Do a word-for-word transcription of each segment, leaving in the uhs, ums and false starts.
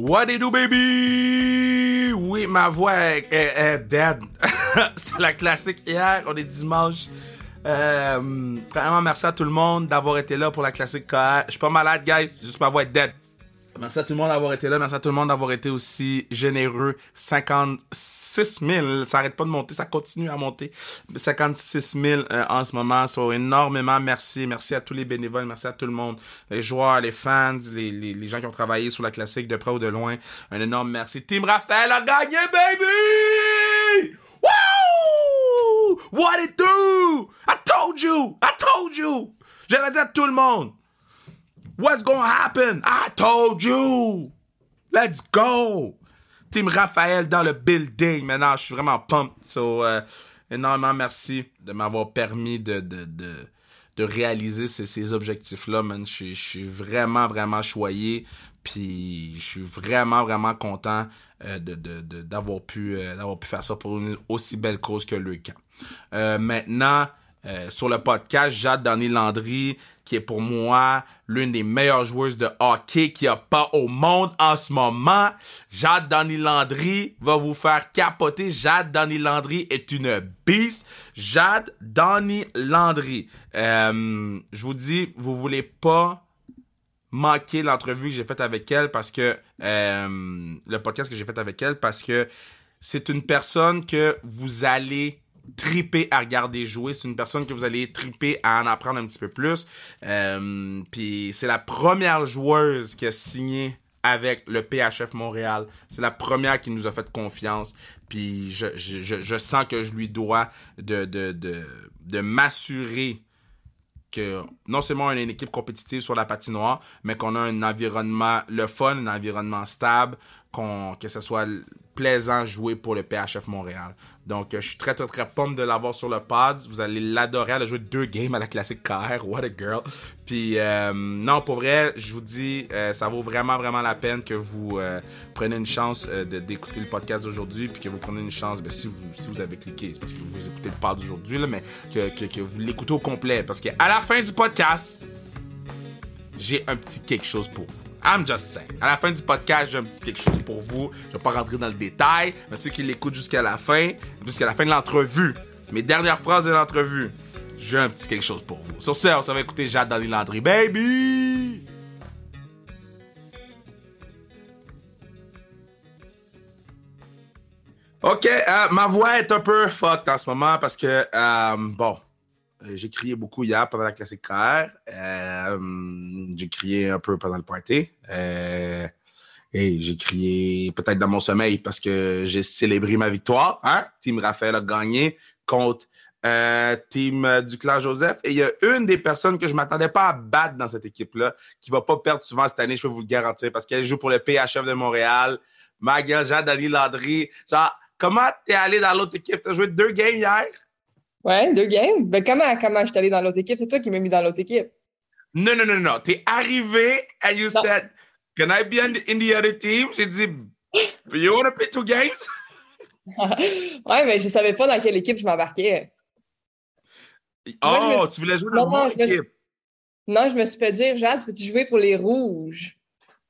What it do, baby? Oui, ma voix est, est, est dead. C'est la classique hier, on est dimanche. Euh, premièrement, merci à tout le monde d'avoir été là pour la classique K R. Je suis pas malade, guys, juste ma voix est dead. Merci à tout le monde d'avoir été là. Merci à tout le monde d'avoir été aussi généreux. cinquante-six mille, ça arrête pas de monter, ça continue à monter. cinquante-six mille euh, en ce moment. So, énormément merci. Merci à tous les bénévoles. Merci à tout le monde. Les joueurs, les fans, les, les, les gens qui ont travaillé sur la classique de près ou de loin. Un énorme merci. Team Raphaël a gagné, baby! Woo! What it do? I told you! I told you! J'avais dit à tout le monde. What's gonna happen? I told you! Let's go! Team Raphaël dans le building. Maintenant, je suis vraiment pumped. So, euh, énormément merci de m'avoir permis de, de, de, de réaliser ces, ces objectifs-là, man. Je, je suis vraiment, vraiment choyé. Puis, je suis vraiment, vraiment content euh, de, de, de, d'avoir, pu, euh, d'avoir pu faire ça pour une aussi belle cause que le camp. Euh, maintenant, euh, sur le podcast, Jade Dany-Landry, qui est pour moi l'une des meilleures joueuses de hockey qu'il n'y a pas au monde en ce moment. Jade Dany-Landry va vous faire capoter. Jade Dany-Landry est une beast. Jade Dany-Landry. Euh, je vous dis, vous voulez pas manquer l'entrevue que j'ai faite avec elle parce que euh, le podcast que j'ai fait avec elle parce que c'est une personne que vous allez triper à regarder jouer. C'est une personne que vous allez triper à en apprendre un petit peu plus. Euh, Puis c'est la première joueuse qui a signé avec le P H F Montréal. C'est la première qui nous a fait confiance. Puis je, je, je, je sens que je lui dois de, de, de, de m'assurer que non seulement on a une équipe compétitive sur la patinoire, mais qu'on a un environnement, le fun, un environnement stable, qu'on, que ce soit plaisant jouer pour le P H F Montréal. Donc, euh, je suis très, très, très pumped de l'avoir sur le pod. Vous allez l'adorer. Elle a joué deux games à la classique K R. What a girl. Puis, euh, non, pour vrai, je vous dis, euh, ça vaut vraiment, vraiment la peine que vous euh, preniez une chance euh, de, d'écouter le podcast d'aujourd'hui, puis que vous preniez une chance, ben, si, vous, si vous avez cliqué, c'est parce que vous écoutez le pod d'aujourd'hui, là, mais que, que, que vous l'écoutez au complet. Parce qu'à la fin du podcast, j'ai un petit quelque chose pour vous. I'm just saying. À la fin du podcast, j'ai un petit quelque chose pour vous. Je vais pas rentrer dans le détail, mais ceux qui l'écoutent jusqu'à la fin, jusqu'à la fin de l'entrevue, mes dernières phrases de l'entrevue, j'ai un petit quelque chose pour vous. Sur ce, on s'en va écouter Jade Dany-Landry, baby! OK, euh, ma voix est un peu fucked en ce moment parce que, euh, bon, j'ai crié beaucoup hier pendant la classique K R. Euh, j'ai crié un peu pendant le party. Euh, et j'ai crié peut-être dans mon sommeil parce que j'ai célébré ma victoire. Hein? Team Raphaël a gagné contre euh, Team Duclair-Joseph. Et il y a une des personnes que je ne m'attendais pas à battre dans cette équipe-là qui ne va pas perdre souvent cette année, je peux vous le garantir, parce qu'elle joue pour le P H F de Montréal. Ma gueule, Jade Dany-Landry. Genre, comment t'es allé dans l'autre équipe? T'as joué deux games hier? Ouais, deux games. Ben comment, comment je suis allé dans l'autre équipe? C'est toi qui m'as mis dans l'autre équipe. Non, non, non, non. T'es arrivé and you Non. said, can I be in the, in the other team? J'ai dit, you want to play two games? Ouais, mais je savais pas dans quelle équipe je m'embarquais. Oh, Moi, me... tu voulais jouer dans non, mon non, équipe? Je me... Non, je me suis fait dire, Jade, peux-tu jouer pour les Rouges?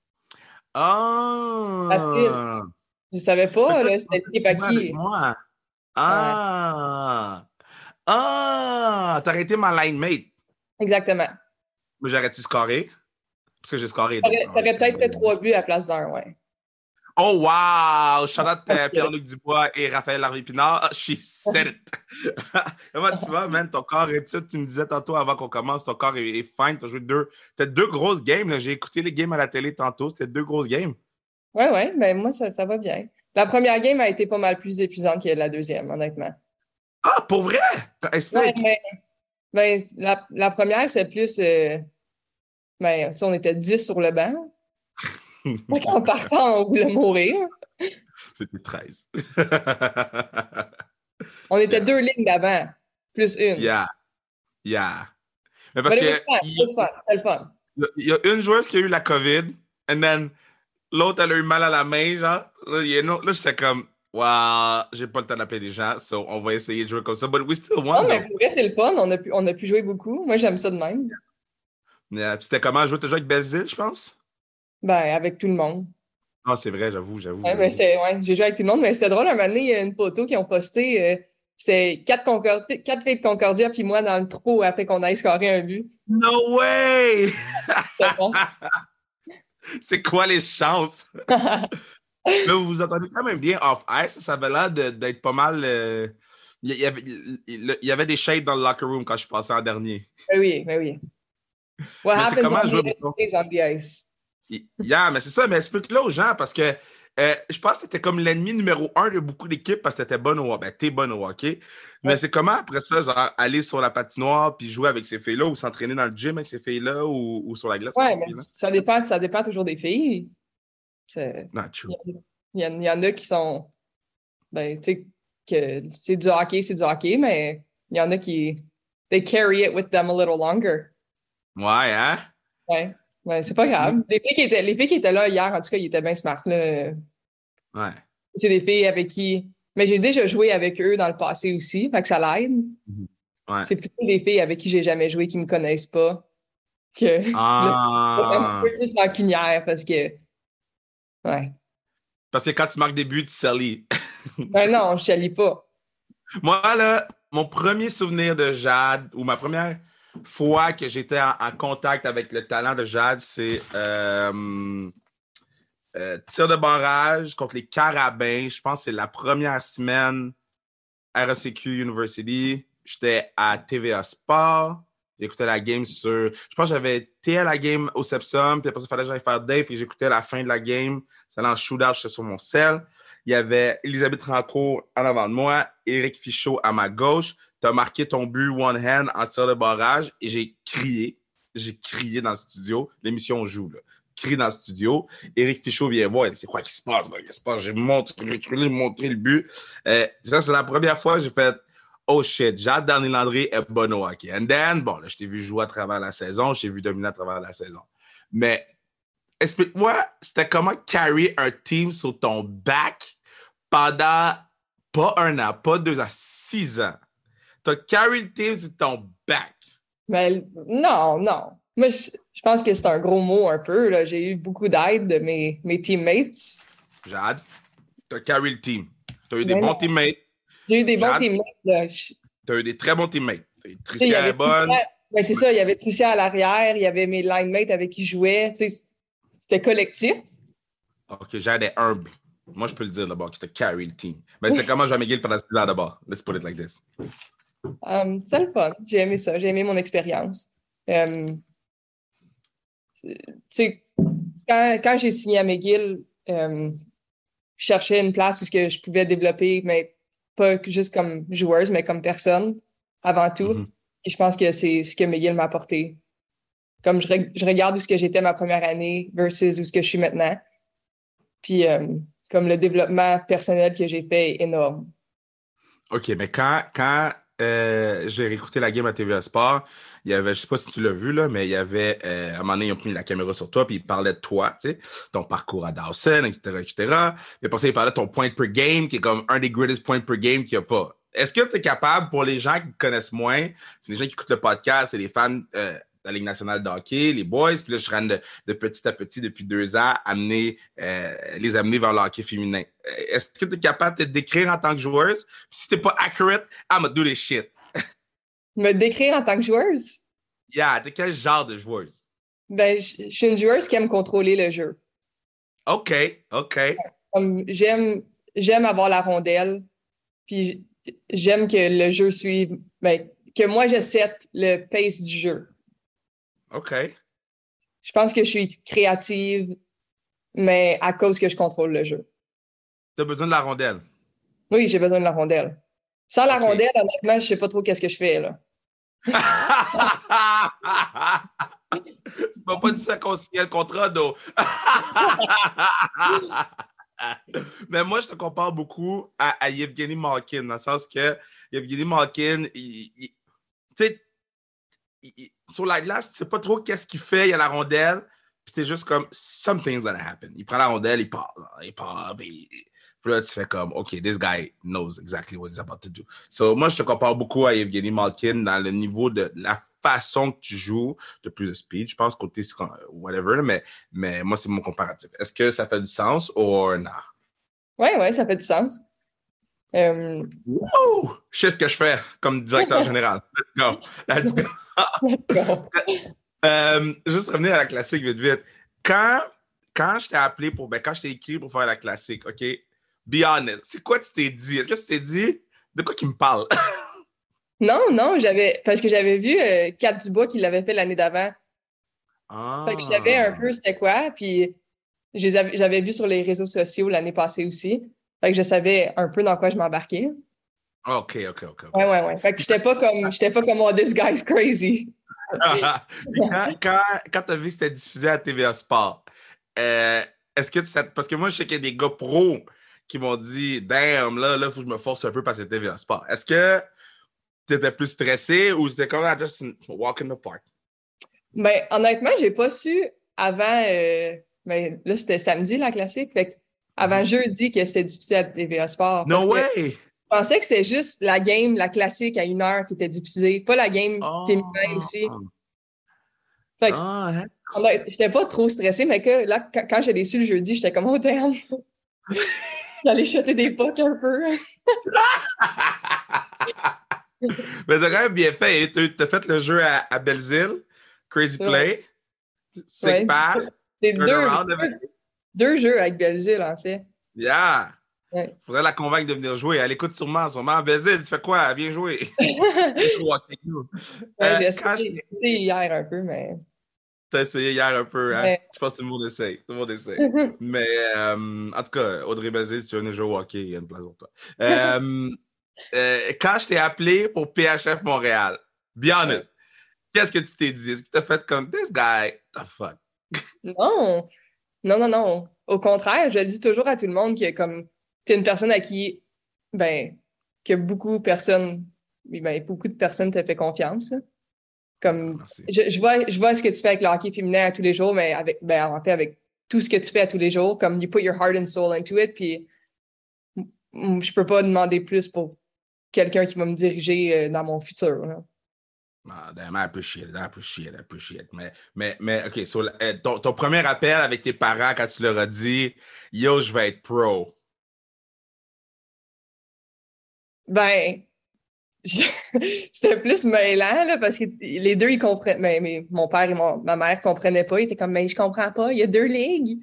Ah! Oh. Je savais pas, là, c'était l'équipe à qui? qui? Moi. Ah! Ouais. Ah! T'aurais été ma line mate. Exactement. Mais j'aurais-tu scoré? Parce que j'ai scoré. T'aurais, donc, t'aurais peut-être fait trois buts à la place d'un, ouais. Oh, wow! Shout out euh, Pierre-Luc Dubois et Raphaël Harvey-Pinard. Oh, she said it! Comment tu vas, man? Ton corps est ça? Tu me disais tantôt avant qu'on commence, ton corps est, est fine. T'as joué deux... T'as deux grosses games. Là. J'ai écouté les games à la télé tantôt. C'était deux grosses games. Ouais, ouais. Ben moi, ça, ça va bien. La première game a été pas mal plus épuisante que la deuxième, honnêtement. Ah, pour vrai? Explique. Ouais, mais, ben, la, la première, c'est plus... Euh, ben, tu sais, on était dix sur le banc. En partant, on voulait mourir. C'était treize. On était yeah. deux lignes d'avant, plus une. Yeah. Yeah. Mais parce Mais que... c'est fun, il, fun, c'est le fun. Il y a une joueuse qui a eu la COVID, and then l'autre, elle a eu mal à la main, genre. Là, il y a une autre, là j'étais comme, wow, j'ai pas le temps d'appeler des gens, so on va essayer de jouer comme ça. But we still won. Non, mais pour vrai, c'est le fun. On a, pu, on a pu jouer beaucoup. Moi, j'aime ça de même. Yeah. Puis c'était comment jouer? Tu jouais avec Belzile, je pense? Ben, avec tout le monde. Non, c'est vrai, j'avoue, j'avoue. Ouais, j'avoue. mais c'est, ouais, j'ai joué avec tout le monde, mais c'était drôle. Un moment donné, il y a une photo qu'ils ont postée. Euh, c'était quatre, Concor- quatre filles de Concordia, puis moi dans le trou après qu'on aille scorer un but. No way! C'était bon. C'est quoi les chances? Mais vous vous entendez quand même bien off-ice. Ça avait l'air de- d'être pas mal... euh, Il y, avait, il y avait des shades dans le locker room quand je suis passé en dernier. Ben oui, ben oui. What Mais c'est happens comment on jouer, the ice mettons? stays on the ice. Yeah, mais c'est ça, mais explique-le aux gens parce que euh, je pense que t'étais comme l'ennemi numéro un de beaucoup d'équipes parce que t'étais bonne au hockey. Ben, t'es bonne au hockey. Mais Ouais. c'est comment après ça, genre, aller sur la patinoire puis jouer avec ces filles-là ou s'entraîner dans le gym avec ces filles-là ou, ou sur la glace avec Ouais, ces mais filles-là? ça dépend, ça dépend toujours des filles. C'est- Not true. Il y, en- il y en a qui sont. Ben, tu sais, que c'est du hockey, c'est du hockey, mais il y en a qui. They carry it with them a little longer. Ouais, hein? Ouais. Ouais, c'est pas grave. Les filles, qui étaient, les filles qui étaient là hier, en tout cas, ils étaient bien smart, là. Ouais. C'est des filles avec qui. Mais j'ai déjà joué avec eux dans le passé aussi, fait que ça l'aide. Ouais. C'est plutôt des filles avec qui j'ai jamais joué, qui me connaissent pas, que là, c'est un Ah. peu plus rancunière parce que. Ouais. Parce que quand tu marques des buts, tu salis. Ben non, je chalis pas. Moi, là, mon premier souvenir de Jade, ou ma première fois que j'étais en, en contact avec le talent de Jade, c'est euh, euh, tir de barrage contre les Carabins. Je pense que c'est la première semaine R E C Q University. J'étais à T V A Sport. J'écoutais la game sur... Je pense que j'avais été à la game au Sepsum, puis après ça, il fallait que j'aille faire Dave, et j'écoutais la fin de la game. C'était en shootout, j'étais sur mon cell. Il y avait Elisabeth Rancourt en avant de moi, Éric Fichaud à ma gauche. Tu as marqué ton but one-hand en tir de barrage et j'ai crié. J'ai crié dans le studio. L'émission joue, là. Crié dans le studio. Éric Fichaud vient voir. Il dit, c'est quoi qui se passe? Qu'est-ce qui se passe? J'ai montré, j'ai montré le but. Euh, ça, c'est la première fois que j'ai fait oh shit, Jade Darny-Landry est bonne au hockey. And then, bon, là, je t'ai vu jouer à travers la saison. Je t'ai vu dominer à travers la saison. Mais explique-moi, c'était comment carry un team sur ton back pendant pas un an, pas deux ans, six ans. T'as carry le team sur ton back. Mais non, non. Moi, je, je pense que c'est un gros mot un peu, là. J'ai eu beaucoup d'aide de mes, mes teammates. Jade, t'as carry le team. T'as eu Mais des bons non. teammates. J'ai eu des bons Jade, teammates, là. Je- T'as eu des très bons teammates. tu sais, il y Tricia avait est bonne. Tricia- ben, c'est ça, il y avait Tricia à l'arrière, il y avait mes line mates avec qui je jouais. Tu sais, c'était collectif. OK, Jade est humble. Moi, je peux le dire d'abord, qui t'a carry le team. Mais c'était comment jouer à McGill pendant six ans d'abord. Let's put it like this. Um, c'est le fun. J'ai aimé ça. J'ai aimé mon expérience. Um, tu sais, quand, quand j'ai signé à McGill, um, je cherchais une place où ce que je pouvais développer, mais pas juste comme joueuse, mais comme personne, avant tout. Mm-hmm. Et je pense que c'est ce que McGill m'a apporté. Comme je, re- je regarde où ce que j'étais ma première année versus où ce que je suis maintenant. Puis, um, comme le développement personnel que j'ai fait est énorme. OK, mais quand, quand euh, j'ai réécouté la game à T V A Sport, il y avait, je sais pas si tu l'as vu, là, mais il y avait, euh, à un moment donné, ils ont mis la caméra sur toi, puis ils parlaient de toi, tu sais, ton parcours à Dawson, et cetera, et cetera. Puis après ça, ils parlaient de ton point per game, qui est comme un des greatest points per game qu'il n'y a pas. Est-ce que tu es capable, pour les gens qui te connaissent moins, c'est les gens qui écoutent le podcast, c'est les fans euh, de la Ligue nationale de hockey, les boys, puis là, je rentre de, de petit à petit depuis deux ans, amener, euh, les amener vers le hockey féminin. Est-ce que tu es capable de te décrire en tant que joueuse? Puis si t'es pas accurate, I'm gonna do this shit. Me décrire en tant que joueuse? Yeah, t'es quel genre de joueuse? Ben, je je suis une joueuse qui aime contrôler le jeu. OK, OK. Comme j'aime, j'aime avoir la rondelle, puis j'aime que le jeu suive, ben, que moi je set le pace du jeu. OK. Je pense que je suis créative, mais à cause que je contrôle le jeu. T'as besoin de la rondelle. Oui, j'ai besoin de la rondelle. Sans la Ok. rondelle, honnêtement, je sais pas trop qu'est-ce que je fais, là. Tu m'as pas dit ça qu'on signait le contrat, d'eau. Mais moi, je te compare beaucoup à, à Yevgeny Malkin, dans le sens que Yevgeny Malkin, il, il, tu sais, il- il- sur la glace, tu sais pas trop qu'est-ce qu'il fait, il y a la rondelle, puis t'es juste comme, something's gonna happen. Il prend la rondelle, il part, là, il part, puis, puis là, tu fais comme, OK, this guy knows exactly what he's about to do. So, moi, je te compare beaucoup à Yevgeny Malkin dans le niveau de la façon que tu joues, tu as plus de speed, je pense, côté whatever, mais, mais moi, c'est mon comparatif. Est-ce que ça fait du sens ou non? Oui, oui, ça fait du sens. Euh... Wow! Je sais ce que je fais comme directeur général. Let's go. Let's go. euh, juste revenir à la classique vite, vite. Quand, quand je t'ai appelé pour, ben, quand je t'ai écrit pour faire la classique, OK? Be honest. C'est quoi tu t'es dit? Est-ce que tu t'es dit de quoi qu'il me parle? Non, non, j'avais, parce que j'avais vu euh, Kat Dubois qui l'avait fait l'année d'avant. Ah. Fait que je savais un peu c'était quoi, puis je les avais- j'avais vu sur les réseaux sociaux l'année passée aussi. Fait que je savais un peu dans quoi je m'embarquais. OK, OK, OK. okay. Ouais, ouais, ouais. Fait que j'étais pas comme, j'étais pas comme, oh, this guy's crazy. quand quand, quand tu as vu que c'était diffusé à T V A Sport, euh, est-ce que tu sais, parce que moi, je sais qu'il y a des gars pros qui m'ont dit, damn, là, là, faut que je me force un peu parce que c'est T V A Sport. Est-ce que tu étais plus stressé ou c'était comme, ah, just walk in the park? Ben, honnêtement, j'ai pas su avant, euh, ben, là, c'était samedi, la classique. Fait que avant jeudi que c'était diffusé à T V A Sport. No way! Je pensais que c'était juste la game, la classique à une heure qui était diffusée, pas la game oh. féminin aussi. Fait que, oh, hein? j'étais pas trop stressée, mais que là, quand, quand je l'ai su le jeudi, j'étais comme, oh damn! J'allais jeter des pucks un peu. Mais t'as quand même bien fait. T'as fait le jeu à, à Belleville, Crazy Play, ouais. Sick ouais. Pass, c'est deux, deux, deux jeux avec Belleville, en fait. Yeah! Ouais. Faudrait la convaincre de venir jouer. Elle écoute sûrement en ce moment. Belleville, tu fais quoi? Viens jouer. ouais, euh, j'ai essayé je... hier un peu, mais... T'as essayé hier un peu, hein? Ouais. Je pense que tout le monde essaye. Tout le monde essaye. mais, euh, en tout cas, Audrey Belleville, si tu veux venir jouer au hockey, il y a une place pour toi. Euh, euh, quand je t'ai appelé pour P H F Montréal, be honest, qu'est-ce que tu t'es dit? Est-ce que tu as fait comme, this guy, the fuck? Non, non, non, non. Au contraire, je le dis toujours à tout le monde que comme t'es une personne à qui, ben, que beaucoup de personnes, ben, beaucoup de personnes te fait confiance. Comme, je, je, vois, je vois ce que tu fais avec le hockey féminin à tous les jours, mais avec, ben, en fait, avec tout ce que tu fais à tous les jours, comme you put your heart and soul into it, puis je peux pas demander plus pour quelqu'un qui va me diriger dans mon futur. Là. Ah, damn, I appreciate it, I appreciate it, I appreciate it. Mais, mais, mais OK, so, ton, ton premier appel avec tes parents quand tu leur as dit « Yo, je vais être pro ». Ben, je... c'était plus mêlant, là, parce que les deux, ils comprennent. Mais, mais mon père et mon, ma mère comprenaient pas. Ils étaient comme, mais je comprends pas, il y a deux ligues.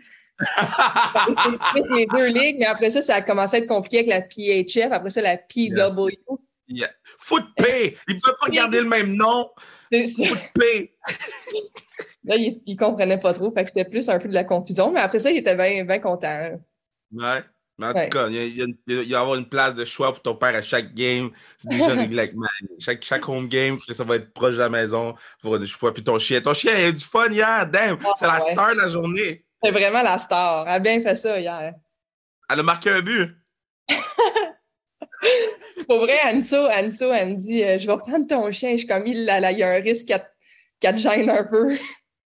les deux ligues, mais après ça, ça a commencé à être compliqué avec la P H F, après ça, la P W. Yeah. Yeah. Foot P! Ils ne peuvent pas garder le même nom. Foot P! Là, ils, ils comprenaient pas trop, fait que c'était plus un peu de la confusion, mais après ça, ils étaient bien ben contents. Ouais. Mais en ouais. tout cas, il y, y, y, y avoir une place de choix pour ton père à chaque game. C'est déjà réglé avec man. Chaque, chaque home game, ça va être proche de la maison pour des choix. Puis ton chien, ton chien, il a eu du fun hier, damn! Oh, c'est la ouais. star de la journée. C'est vraiment la star. Elle a bien fait ça hier. Elle a marqué un but. Pour vrai, Anso, Anso, elle me dit euh, je vais prendre ton chien. Je suis comme il, là, il y a un risque qu'elle te gêne un peu.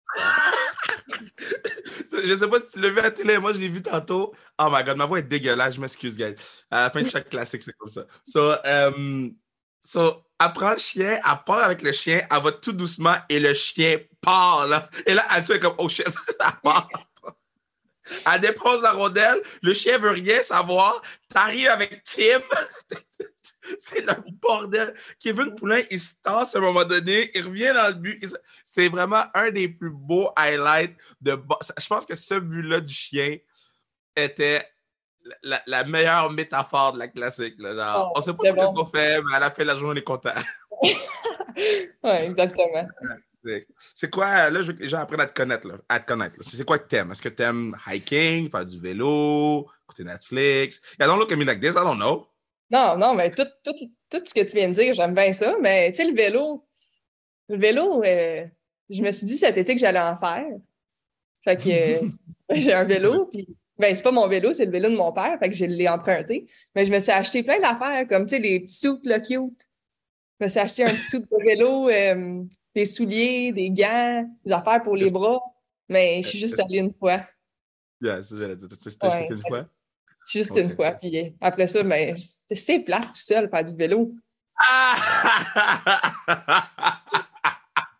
Je sais pas si tu l'as vu à la télé, moi je l'ai vu tantôt. Oh my god, ma voix est dégueulasse, je m'excuse, guys. À la fin de chaque classique, c'est comme ça. So, um, so elle prend le chien, elle part avec le chien, elle va tout doucement et le chien part là. Et là, Anso est comme oh shit, elle part. Elle dépose la rondelle, le chien veut rien savoir. T'arrives avec Kim. C'est le bordel. Kevin Poulin, il se tasse à un moment donné, il revient dans le but. C'est vraiment un des plus beaux highlights de. Je pense que ce but-là du chien était la, la meilleure métaphore de la classique. Là. Genre, oh, on sait pas bon. ce qu'on fait, mais à la fin de la journée, on est content. Oui, exactement. C'est quoi, là, je veux que les gens apprennent à te connaître. Là, à te connaître là. C'est quoi que t'aimes? Est-ce que t'aimes hiking, faire du vélo, écouter Netflix? Yeah, don't look at me like this, I don't know. Non, non, mais tout, tout, tout ce que tu viens de dire, j'aime bien ça. Mais tu sais, le vélo, le vélo, euh, je me suis dit cet été que j'allais en faire. Fait que euh, j'ai un vélo, puis ben, c'est pas mon vélo, c'est le vélo de mon père, fait que je l'ai emprunté. Mais je me suis acheté plein d'affaires, comme tu sais, les petits suits là, cute. Je me suis acheté un petit suit de vélo, euh, des souliers, des gants, des affaires pour les bras. Mais je suis juste allée une fois. Yeah, c'est vrai, tu t'es acheté une fois? Juste okay. une fois. Puis après ça, ben, c'est plate tout seul, faire du vélo.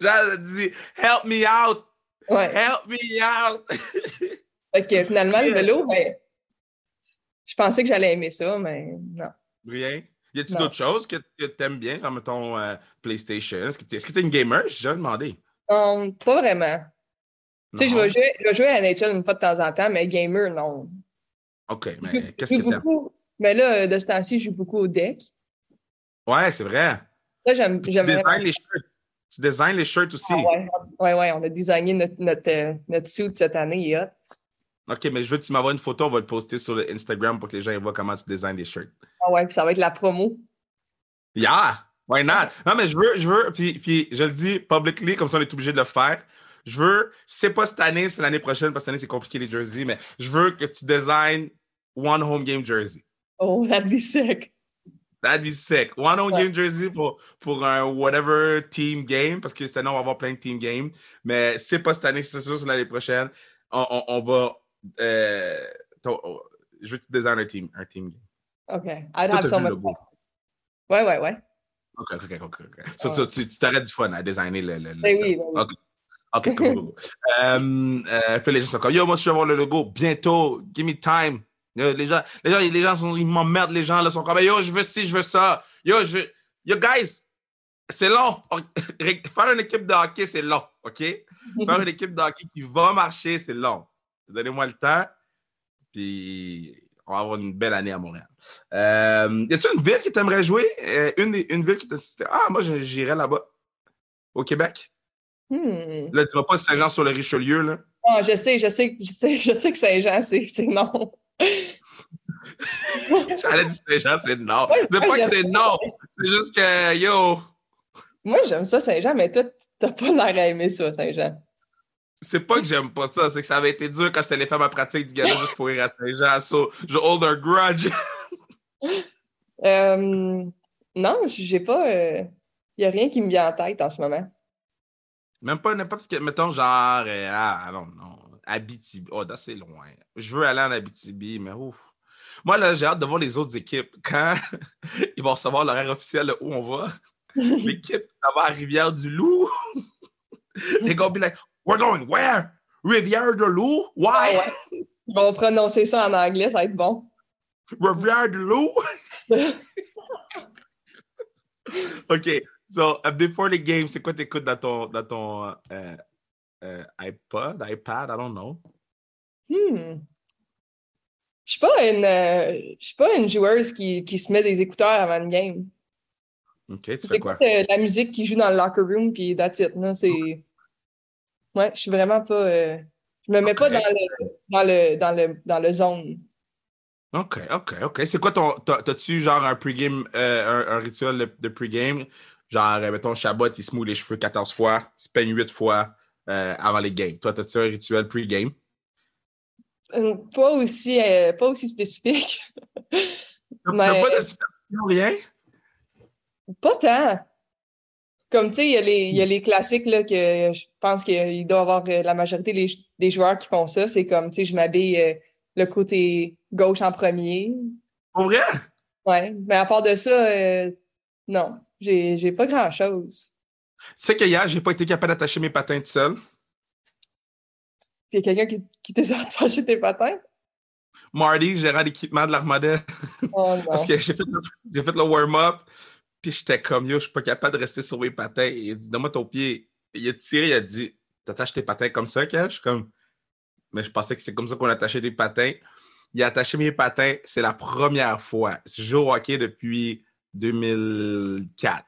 Genre, elle dit help me out. Ouais. Help me out. Fait que finalement, le vélo, ben, je pensais que j'allais aimer ça, mais non. Rien. Y a-t-il Non. d'autres choses que, que t'aimes bien, comme mettons euh, PlayStation? Est-ce que t'es, est-ce que t'es une gamer? J'ai déjà demandé. Non, pas vraiment. Tu sais, je vais Non? jouer, je vais jouer à N H L une fois de temps en temps, mais gamer, non. OK, Je joue, mais je qu'est-ce joue que t'aimes? beaucoup. Mais là, de ce temps-ci, je joue beaucoup au deck. Ouais, c'est vrai. Ça, j'aime, Puis tu j'aime vraiment. designs les shirts. Tu designs les shirts Ah aussi. ouais, ouais, ouais, on a designé notre, notre, euh, notre suit cette année, il est hot. OK, mais je veux que tu m'envoies une photo, on va le poster sur le Instagram pour que les gens voient comment tu designs des shirts. Ah ouais, puis ça va être la promo. Yeah! Why not? Non, mais je veux, je veux, puis, puis je le dis publicly, comme ça on est obligé de le faire. Je veux, si c'est pas cette année, c'est l'année prochaine, parce que cette année c'est compliqué les jerseys, mais je veux que tu designs one home game jersey. Oh, that'd be sick. That'd be sick. One home Ouais. game jersey pour, pour un whatever team game, parce que cette année on va avoir plein de team games. Mais si c'est pas cette année, c'est sûr, c'est l'année prochaine. On, on, on va. Euh, ton- je veux que tu designes un team, un team game. OK. I'd Toi, have t'as so vu le much logo. fun. Ouais, ouais, ouais. OK, OK, OK. OK. So, Ouais. so, tu tu t'aurais du fun à designer le, le, le Ben stuff. oui, ben oui. OK. OK, cool, cool, cool. euh, euh, puis les gens sont comme, yo, moi, je vais avoir le logo bientôt. Give me time. Yo, les gens, les gens, les gens sont, ils m'emmerdent, les gens, là, sont comme, yo, je veux ci, je veux ça. Yo, je veux... Yo, guys, c'est long. Faire une équipe de hockey, c'est long, OK? Faire une équipe de hockey qui va marcher, c'est long. Donnez-moi le temps, puis on va avoir une belle année à Montréal. Euh, y a-t-il une ville qui t'aimerait jouer? Euh, une, une ville qui t'a dit, ah, moi, j'irais là-bas, au Québec? Hmm. Là, dis-moi pas Saint-Jean-sur-le-Richelieu, là. Ah, je sais, je sais, je sais, je sais que Saint-Jean, c'est, c'est non. J'allais dire Saint-Jean, c'est non. Ouais, C'est ouais, pas que j'aime c'est ça. non. C'est juste que, yo, Moi, j'aime ça, Saint-Jean, mais toi, t'as pas l'air à aimer ça, Saint-Jean. c'est pas que j'aime pas ça. C'est que ça avait été dur quand j'étais allé faire ma pratique du gala juste pour ir à Saint-Jean. So, je hold a grudge. Euh, non, j'ai pas. Il n'y a rien qui me vient en tête en ce moment. Même pas n'importe quel. Mettons, genre, euh, ah, non, non. Abitibi. Oh, là, c'est loin. Je veux aller en Abitibi, mais ouf. Moi, là, j'ai hâte de voir les autres équipes. Quand ils vont recevoir l'horaire officiel de où on va, l'équipe, ça va à Rivière-du-Loup. Les gars vont be like, we're going where? Rivière-du-Loup? Why? Ah ouais. Ils vont prononcer ça en anglais, ça va être bon. Rivière-du-Loup? OK. So, uh, before the game, c'est quoi t'écoutes dans ton, dans ton euh, euh, iPod, iPad? I don't know. Hmm. Je suis pas une, euh, je suis pas une joueuse qui, qui se met des écouteurs avant une game. OK, tu fais J'écoute quoi? euh, la musique qui joue dans le locker room, puis that's it. Là, c'est... Ouais, je suis vraiment pas... euh, Je me mets OK. pas dans le, dans le, dans le, dans le zone. OK, OK, OK. C'est quoi ton. t'as- T'as-tu genre un pregame, euh, un, un rituel de, de pregame? Genre, euh, mettons, Chabot, il se moue les cheveux quatorze fois, il se peigne huit fois euh, avant les games. Toi, t'as-tu un rituel pregame? Euh, Pas aussi, euh, pas aussi spécifique. T'as Mais pas de superstition, rien? pas tant. Comme tu sais, il y a les, il y a les classiques là, que je pense qu'il doit y avoir euh, la majorité des, des joueurs qui font ça. C'est comme, tu sais, je m'habille euh, le côté gauche en premier. Pour vrai? Ouais. Mais à part de ça, euh, non, j'ai, j'ai pas grand-chose. Tu sais que hier, j'ai pas été capable d'attacher mes patins tout seul. Puis il y a quelqu'un qui, qui t'a attaché tes patins? Marty, gérant d'équipement de l'Armada, Oh non. parce que j'ai fait le, j'ai fait le warm-up, puis j'étais comme, yo, je suis pas capable de rester sur mes patins. Et il a dit, donne-moi ton pied. Et il a tiré, il a dit, t'attaches tes patins comme ça, Ken? Je suis comme, mais je pensais que c'est comme ça qu'on attachait des patins. Il a attaché mes patins, c'est la première fois. Je joue au hockey depuis deux mille quatre.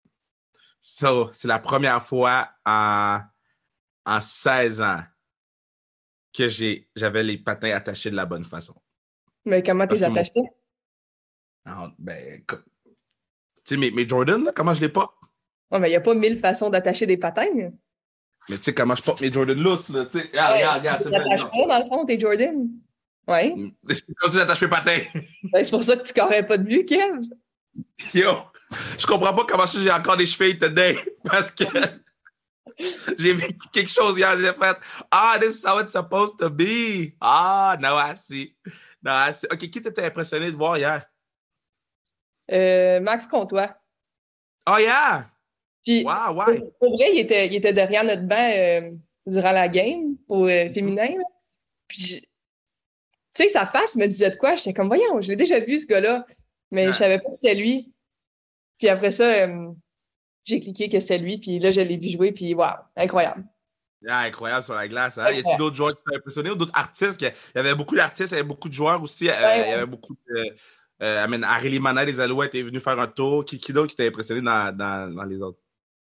So, c'est la première fois en, en seize ans que j'ai, j'avais les patins attachés de la bonne façon. Mais comment Parce t'es que mon- attaché? Ah, ben, co- tu sais, mes, mes Jordan, là, comment je les porte? Oh, mais il n'y a pas mille façons d'attacher des patins. Mais tu sais, comment je porte mes Jordan loose, là, tu sais. Regarde, Ouais, regarde, regarde, tu c'est bien. t'attaches pas, dans le fond, tes Jordan. Ouais. C'est comme si j'attache mes patins. Ben, c'est pour ça que tu carrais pas de but, Kev. Yo, je comprends pas comment ça j'ai encore des chevilles today. Parce que j'ai vécu quelque chose hier, j'ai fait ah, this is how it's supposed to be. Ah, now I see. Now I see. OK, qui t'était impressionné de voir hier? Euh, Max Comtois. Oh, yeah! Puis, Wow, ouais. pour, pour vrai, il était, il était derrière notre banc euh, durant la game pour euh, féminin. Là. Puis, je- tu sais, sa face me disait de quoi? J'étais comme, voyons, je l'ai déjà vu, ce gars-là. Mais je Ouais. savais pas que c'était lui. Puis après ça, euh, j'ai cliqué que c'était lui. Puis là, je l'ai vu jouer. Puis, waouh, incroyable. Yeah, incroyable sur la glace. Hein? Y a-t-il Incroyable. d'autres joueurs qui t'ont impressionné ou d'autres artistes? Il y avait beaucoup d'artistes, il y avait beaucoup de joueurs aussi. Euh, Ouais, il y ouais. avait beaucoup de. Euh, I mean, Harry Manet des Alouettes est venu faire un tour. Qui, qui d'autre qui t'a impressionné dans, dans, dans les autres?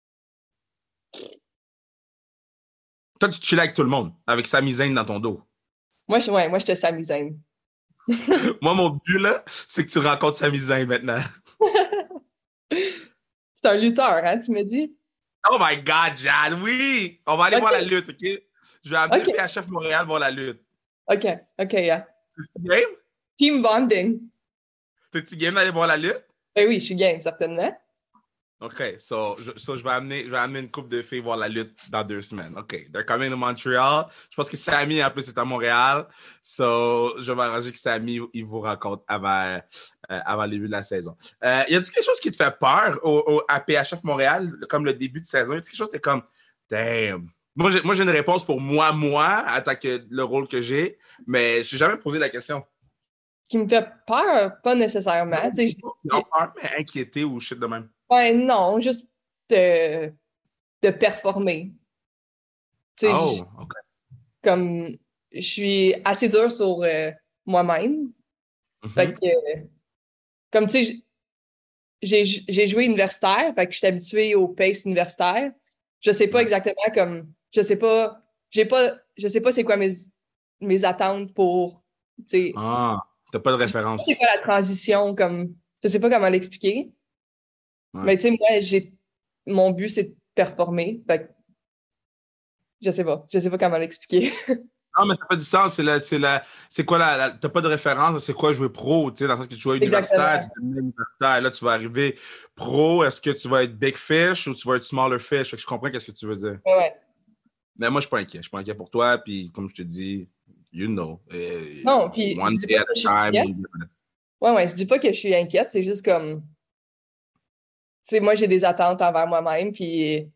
Toi, tu chillais avec tout le monde, avec Sami Zayn dans ton dos. Moi, je, ouais, moi, j'étais Sami Zayn. Moi, mon but, là, c'est que tu rencontres Sami Zayn maintenant. C'est un lutteur, hein, tu me dis? Oh my God, Jan, oui! On va aller OK, voir la lutte, OK? Je vais amener OK, P H F Montréal voir la lutte. OK, OK, yeah. T'es-tu game? Team bonding. T'es-tu game d'aller voir la lutte? Ben oui, je suis game, certainement. OK, so, je, so je, vais amener, je vais amener une couple de filles voir la lutte dans deux semaines. OK, they're coming to Montreal. Je pense que Samy, en plus, est à Montréal. So, je vais m'arranger que Samy, il vous rencontre avant, euh, avant le début de la saison. Euh, y a-t-il quelque chose qui te fait peur au, au, à P H F Montréal, comme le début de saison? Y a-t-il quelque chose qui est comme, damn. Moi, j'ai, moi, j'ai une réponse pour moi, moi, en tant que le rôle que j'ai, mais je n'ai jamais posé la question. Qui me fait peur, pas nécessairement. Tu sais, Non, peur, mais inquiété ou shit de même. ouais, non, juste de, de performer. Tu sais, Oh, j- OK. comme je suis assez dure sur euh, moi-même. Fait Mm-hmm. que, euh, comme tu sais, j'ai j'ai joué universitaire, fait que je suis habituée au pace universitaire. Je sais pas Ouais. exactement comme, je sais pas, j'ai pas, je sais pas c'est quoi mes, mes attentes pour, tu sais, Ah, t'as pas de je sais pas référence. c'est quoi la transition, comme, je sais pas comment l'expliquer. Ouais. Mais tu sais, moi, j'ai, mon but, c'est de performer. Fait que, je sais pas, je sais pas comment l'expliquer. Non, mais ça fait du sens. C'est, la, c'est, la, c'est quoi la, la. T'as pas de référence, c'est quoi jouer pro, tu sais, dans le sens que tu joues universitaire, tu Exactement. deviens universitaire, là, tu vas arriver pro. Est-ce que tu vas être big fish ou tu vas être smaller fish? Fait que je comprends qu'est-ce que tu veux dire. Ouais, ouais. Mais moi, je suis pas inquiet. Je suis pas inquiet pour toi, puis comme je te dis, you know, eh, Non, puis je one dis day pas at que je suis a time. inquiète. Ouais, ouais, je dis pas que je suis inquiète, c'est juste comme, tu sais, moi, j'ai des attentes envers moi-même, puis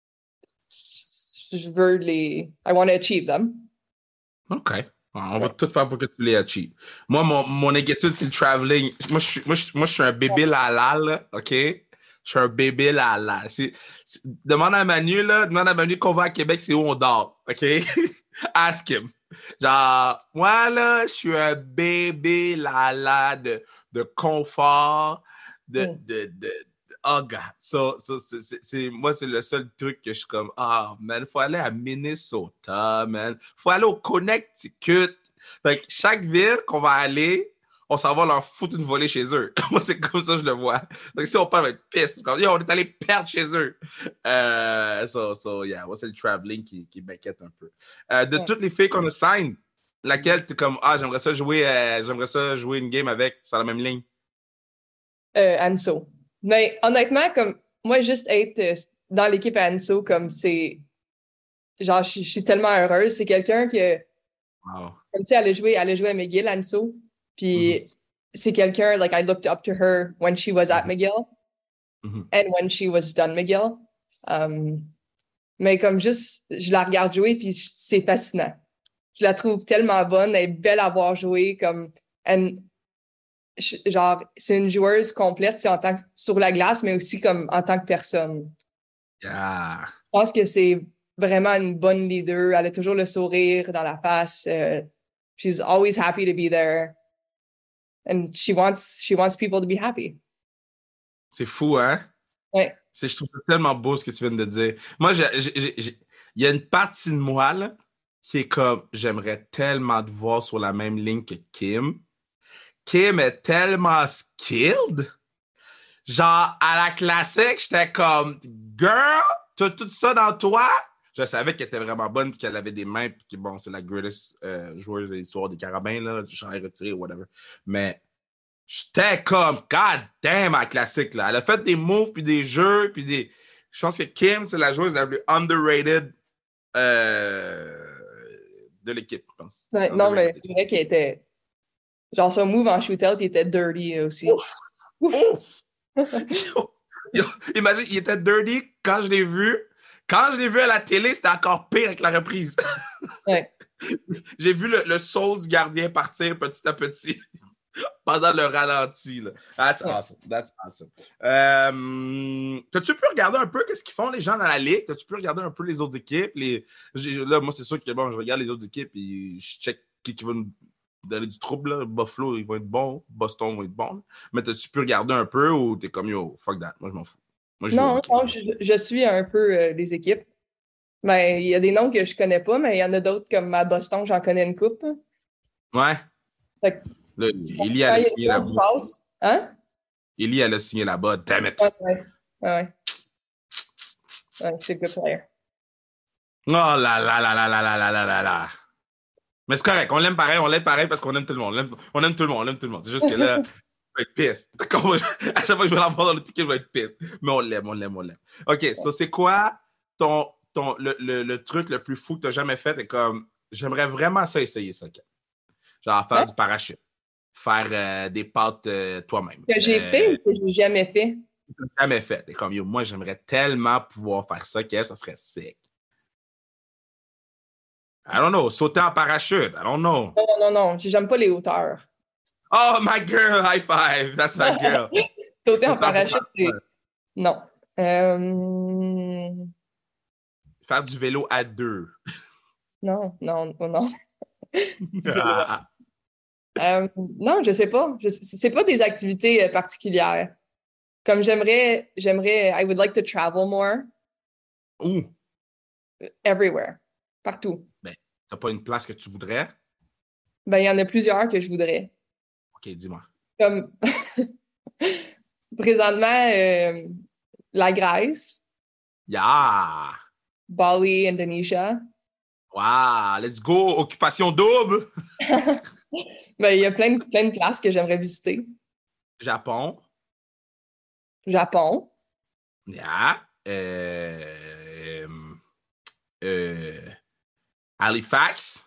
je veux les, I want to achieve them. OK. On va Ouais. tout faire pour que tu les achives. Moi, mon, mon inquiétude, c'est le traveling. Moi, je suis, moi, je, moi, je suis un bébé lala, là, OK? Je suis un bébé lala. C'est, c'est, demande à Manu, là, demande à Manu qu'on va à Québec, c'est où on dort, OK? Ask him. Genre, moi, là, je suis un bébé lala de, de confort, de, Mm. de, de, oh, God. So, so, c'est, c'est, c'est, moi, c'est le seul truc que je suis comme, ah, oh, man, faut aller à Minnesota, man. Faut aller au Connecticut. Fait que chaque ville qu'on va aller, on s'en va leur foutre une volée chez eux. Moi, c'est comme ça que je le vois. Donc, si on part avec pisse, on est allé perdre chez eux. Euh, so, so, yeah, moi, c'est le traveling qui, qui m'inquiète un peu. Euh, de Ouais. toutes les filles qu'on a sign, laquelle t'es comme, ah, j'aimerais ça jouer, euh, j'aimerais ça jouer une game avec, sur la même ligne. Euh, Anso. Mais honnêtement, comme, moi, juste être euh, dans l'équipe à Anso, comme c'est, genre, je je suis tellement heureuse. C'est quelqu'un que, Wow. comme tu sais, elle a joué, elle a joué à McGill, Anso. Puis Mm-hmm. c'est quelqu'un, like, I looked up to her when she was at McGill Mm-hmm. and when she was done McGill. Um, mais comme juste, je la regarde jouer, puis c'est fascinant. Je la trouve tellement bonne, elle est belle à voir jouer, comme, and, je- genre, c'est une joueuse complète, c'est en tant que, sur la glace, mais aussi comme en tant que personne. Yeah. Je pense que c'est vraiment une bonne leader. Elle a toujours le sourire dans la face. Uh, she's always happy to be there. And she wants, she wants people to be happy. C'est fou, hein? Ouais. C'est, je trouve ça tellement beau ce que tu viens de dire. Moi, j'ai, j'ai, j'ai, il y a une partie de moi là, qui est comme, j'aimerais tellement te voir sur la même ligne que Kim. Kim est tellement skilled. Genre, à la classique, j'étais comme, girl, t'as tout ça dans toi? Je savais qu'elle était vraiment bonne et qu'elle avait des mains puis que, bon, c'est la greatest euh, joueuse de l'histoire des Carabins, là, du champ retiré ou whatever. Mais j'étais comme, god damn, à la classique, là. Elle a fait des moves puis des jeux puis des... Je pense que Kim, c'est la joueuse la plus underrated euh, de l'équipe, je pense. Ouais, non, mais Underrated. c'est vrai qu'elle était. Genre, son move en shootout, il était dirty aussi. Ouf! Ouf! Imagine, il était dirty quand je l'ai vu. Quand je l'ai vu à la télé, c'était encore pire avec la reprise. Ouais. J'ai vu le, le soul du gardien partir petit à petit pendant le ralenti. Là. That's Ouais. awesome. That's awesome. Euh, T'as-tu pu regarder un peu qu'est-ce qu'ils font les gens dans la ligue? T'as-tu pu regarder un peu les autres équipes? Les... Là, moi, c'est sûr que bon, je regarde les autres équipes et je check qui, qui va nous donner du trouble. Là. Buffalo, ils vont être bons. Boston va être bon. Mais t'as-tu pu regarder un peu ou t'es comme yo, fuck that? Moi, je m'en fous. Moi, je Non, joue non, je, je suis un peu euh, les équipes. Mais il y a des noms que je connais pas, mais il y en a d'autres comme à Boston, j'en connais une coupe. Ouais. Fait que, Là, Eli quand allait il y a signer des gens qui là-bas. passent, hein? Eli allait signer là-bas. Damn it. Ouais, ouais. Ouais, ouais c'est good player. Oh là là là là là là là là là là. Mais c'est correct, on l'aime pareil, on l'aime pareil parce qu'on aime tout le monde. On aime, on aime tout le monde, on aime tout le monde. C'est juste que là, je vais être piste. À chaque fois que je vais l'avoir dans le ticket, je vais être piste. Mais on l'aime, on l'aime, on l'aime. OK, ça, so c'est quoi ton, ton, le, le, le truc le plus fou que tu as jamais fait? Et comme, j'aimerais vraiment ça essayer ça. Genre faire Hein? du parachute. Faire euh, des pâtes euh, toi-même. Que j'ai euh, fait ou que j'ai jamais fait? Jamais fait. Et comme, yo, moi, j'aimerais tellement pouvoir faire ça, que ça serait sick. I don't know. Sauter en parachute. I don't know. Non, non, non, non. J'aime pas les hauteurs. Oh, my girl, high five. That's my girl. Sauter en parachute, c'est... Non. Euh... Faire du vélo à deux. Non, non, non. euh, non, je sais pas. Je... C'est pas des activités particulières. Comme j'aimerais, j'aimerais, I would like to travel more. Où? Everywhere. Partout. Ben, t'as pas une place que tu voudrais? Ben, il y en a plusieurs que je voudrais. OK, dis-moi. Comme, présentement, euh, la Grèce. Yeah! Bali, Indonesia. Wow! Let's go! Occupation double! Ben, il y a plein de, plein de places que j'aimerais visiter. Japon. Japon. Yeah. Euh, euh, Halifax.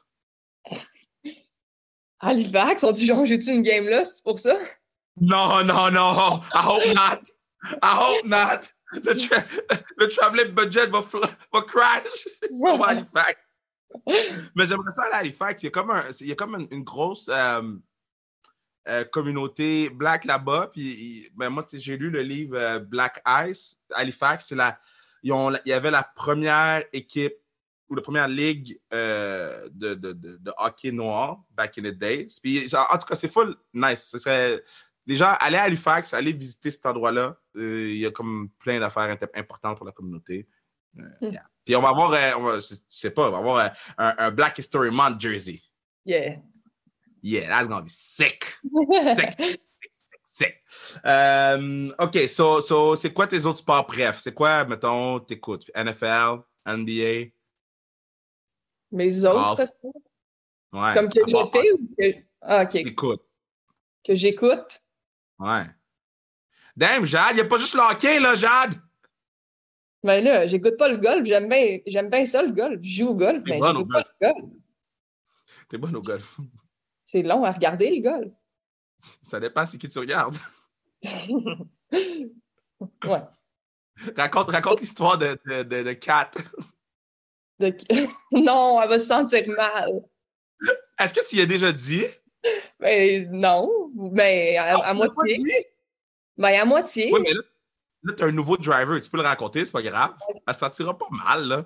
Halifax, on dit genre, j'ai-tu une game là, c'est pour ça? Non, non, non! I hope not! I hope not! Le, tra le traveling budget va, va crash sur Halifax. Mais j'aimerais ça aller à Halifax. Il y a comme, un, il y a comme une, une grosse euh, euh, communauté black là-bas. Puis ben, moi, j'ai lu le livre euh, Black Ice. Halifax, la, ils ont, il y avait la première équipe ou la première ligue euh, de, de, de, de hockey noir back in the days. Puis en tout cas, c'est full nice. Ce serait, les gens, allez à Halifax, allez visiter cet endroit-là. Euh, il y a comme plein d'affaires importantes pour la communauté. Euh, mm. yeah. Puis on va avoir, euh, on va, je sais pas, on va avoir euh, un, un Black History Month jersey. Yeah. Yeah, that's gonna be sick. Sick, sick, sick, sick. Um, OK, so, so c'est quoi tes autres sports bref? C'est quoi, mettons, t'écoutes? N F L, N B A? Mes autres sports? Ouais. Comme que je fais ou que... Ah, OK. Écoute. Que j'écoute? Ouais. Damn, Jade, il n'y a pas juste le hockey, là, Jade! Ben là, j'écoute pas le golf. J'aime bien, j'aime bien ça, le golf. Je joue au golf, mais bon j'écoute pas golf. le golf. T'es bon au golf. C'est long à regarder, le golf. Ça dépend c'est qui tu regardes. Ouais. Raconte, raconte l'histoire de, de, de, de Kat. De... Non, elle va se sentir mal. Est-ce que tu y as déjà dit? Ben non, mais à, à moitié. Ben à moitié. Oui, mais là, là tu as un nouveau driver. Tu peux le raconter, c'est pas grave. Elle se sentira pas mal, là.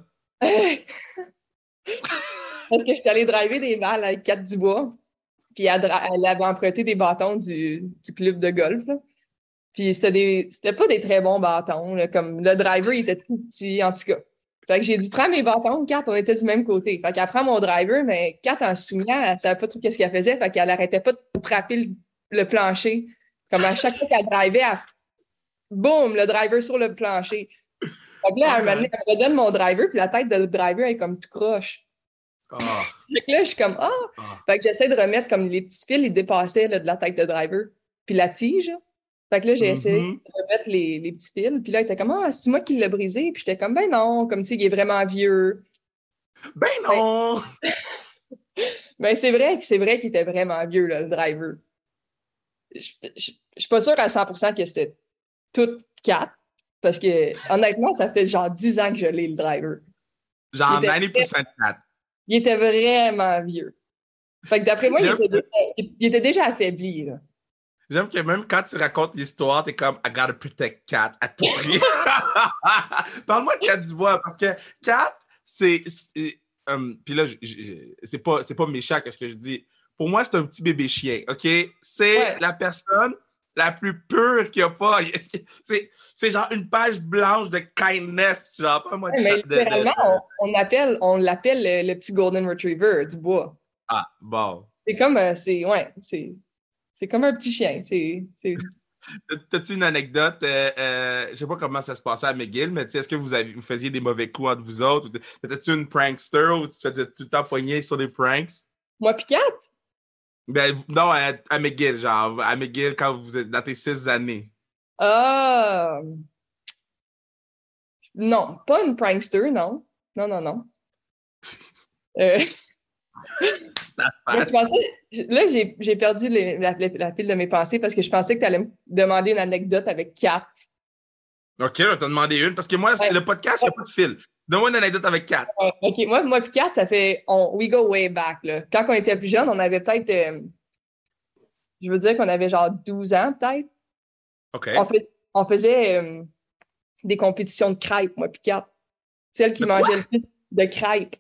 Parce que je suis allée driver des balles avec Kat Dubois. Puis elle, elle avait emprunté des bâtons du, du club de golf. Là. Puis c'était des c'était pas des très bons bâtons. Là, comme le driver, il était tout petit, en tout cas. Fait que j'ai dit, prends mes bâtons, Kat, on était du même côté. Fait qu'elle prend mon driver, mais Kat, en se souvenant, elle savait pas trop qu'est-ce qu'elle faisait. Fait qu'elle arrêtait pas de frapper le, le plancher. Comme à chaque fois qu'elle drivait, elle... boum, le driver sur le plancher. Fait que là, elle, elle me redonne mon driver, puis la tête de driver est comme tout croche. Oh. Fait que là, je suis comme, ah! Oh. Oh. Fait que j'essaie de remettre comme les petits fils, ils dépassaient là, de la tête de driver. Puis la tige. Fait que là, j'ai mm-hmm. essayé de remettre les, les petits fils. Puis là, il était comme, ah, c'est moi qui l'ai brisé. Puis j'étais comme, ben non, comme tu sais, il est vraiment vieux. Ben non! Ben c'est vrai, c'est vrai qu'il était vraiment vieux, là, le driver. Je, je, je suis pas sûre à cent pour cent que c'était tout quatre. Parce que, honnêtement, ça fait genre dix ans que je l'ai, le driver. Genre quatre-vingt-dix pour cent de quatre. Il était vraiment vieux. Fait que d'après moi, il était, déjà, il était déjà affaibli, là. J'aime que même quand tu racontes l'histoire, t'es comme I gotta protect Kat à tout prix. Parle-moi de Kat Dubois, parce que Kat, c'est. c'est um, Puis là, je, je, c'est, pas, c'est pas méchant ce que je dis. Pour moi, c'est un petit bébé chien, OK? C'est ouais. la personne la plus pure qu'il n'y a pas. c'est, c'est genre une page blanche de kindness. Genre, pas moi de, ouais, mais de, littéralement, de, de... On, on, appelle, on l'appelle le, le petit Golden Retriever Dubois. Ah, bon. C'est comme. Euh, c'est, ouais, c'est. C'est comme un petit chien. C'est, c'est... T'as-tu une anecdote? Euh, euh, je sais pas comment ça se passait à McGill, mais est-ce que vous, avez, vous faisiez des mauvais coups entre vous autres? T'étais-tu une prankster ou tu faisais tout le temps pogner sur des pranks? Moi pis Kat? Ben, non, à, à McGill, genre, à McGill quand vous êtes dans tes six années. Ah! Uh... Non, pas une prankster, non. Non, non, non. euh... je pensais, là, j'ai, j'ai perdu les, la, la file de mes pensées parce que je pensais que tu allais me demander une anecdote avec Kat. OK, je vais te demander une parce que moi, ouais. le podcast, il n'y a pas de fil. Donne-moi une anecdote avec Kat. Ouais, OK, moi, moi et Kat, ça fait. On, we go way back. Là. Quand on était plus jeunes, on avait peut-être. Euh, je veux dire qu'on avait genre douze ans, peut-être. OK. On, fait, on faisait euh, des compétitions de crêpes, moi et Kat. Celle qui mangeait le plus de crêpes.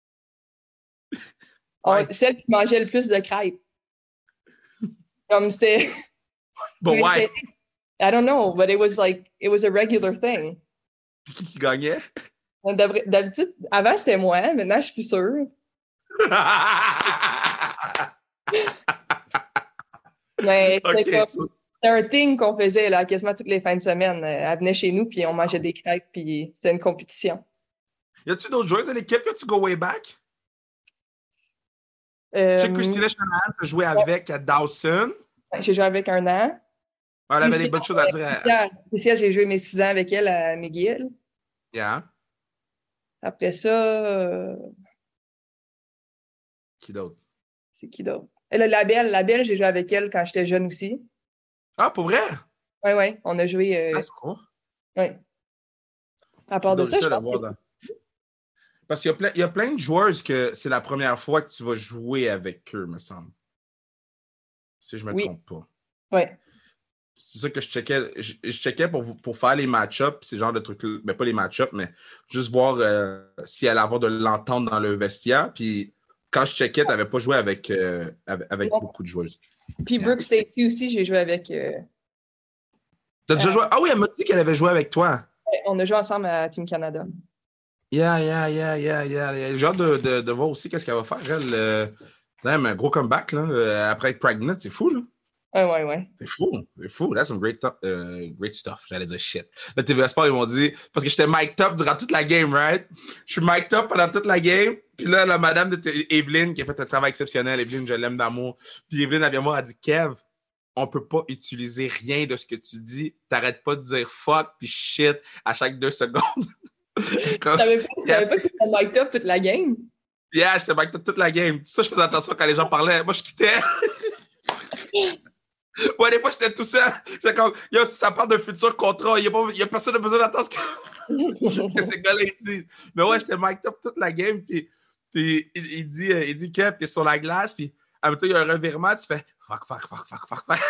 On, celle qui mangeait le plus de crêpes. Comme c'était. But why? I don't know, but it was like, it was a regular thing. Qui qui gagnait? D'habitude, avant c'était moi, maintenant je suis sûre. Mais okay, c'était comme, so... un thing qu'on faisait là, quasiment toutes les fins de semaine. Elle venait chez nous, puis on mangeait des crêpes, puis c'était une compétition. Y a-tu d'autres joueurs de l'équipe que tu go way back? Euh, Je sais que Christina Shanahan a joué ouais. avec à Dawson. J'ai joué avec un an. Elle avait des bonnes choses à dire. À... Spécial, j'ai joué mes six ans avec elle à McGill. Yeah. Après ça. Euh... Qui d'autre? C'est qui d'autre? Elle, la belle, la belle, j'ai joué avec elle quand j'étais jeune aussi. Ah, pour vrai? Oui, oui. On a joué. Euh... Ah, c'est cool. Oui. À part de ça, je pense que... dans... Parce qu'il y a, plein, il y a plein de joueurs que c'est la première fois que tu vas jouer avec eux, me semble. Si je me oui. trompe pas. Oui. C'est ça que je checkais. Je, je checkais pour, pour faire les match-ups, ces genres de trucs-là. Mais pas les match-ups, mais juste voir euh, si elle allait avoir de l'entente dans le vestiaire. Puis quand je checkais, tu n'avais pas joué avec, euh, avec, avec beaucoup de joueuses. Puis Brooke Stacy aussi, j'ai joué avec. Euh... T'as déjà euh... joué? Ah oui, elle m'a dit qu'elle avait joué avec toi. On a joué ensemble à Team Canada. Yeah, yeah, yeah, yeah, yeah. J'ai hâte de, de, de voir aussi qu'est-ce qu'elle va faire. Elle, euh, même un gros comeback là, après être pregnant, c'est fou, là. Ouais, ouais, ouais. C'est fou, c'est fou. That's some great, uh, great stuff. J'allais dire shit. Là, T V Sport, ils m'ont dit, parce que j'étais mic'd up durant toute la game, right? Je suis mic'd up pendant toute la game. Puis là, la madame de t- Evelyne, qui a fait un travail exceptionnel, Evelyne, je l'aime d'amour. Puis Evelyne, elle vient me voir, elle dit, Kev, on peut pas utiliser rien de ce que tu dis. T'arrêtes pas de dire fuck puis shit à chaque deux secondes. Comme... Je savais pas, je savais pas que tu étais mic'd up toute la game. Yeah, j'étais mic'd up toute la game. C'est pour ça que je faisais attention quand les gens parlaient. Moi, je quittais. Ouais, des fois, j'étais tout seul. J'étais comme, yo, si ça parle d'un futur contrat, il n'y a, a personne qui a besoin d'entendre ce que, que ces gars-là disent. Mais ouais, j'étais mic'd up toute la game. Puis, puis il, il dit, euh, il dit, Kev, t'es sur la glace. Puis, en même temps, il y a un revirement. Tu fais, fuck, fuck, fuck, fuck, fuck, fuck.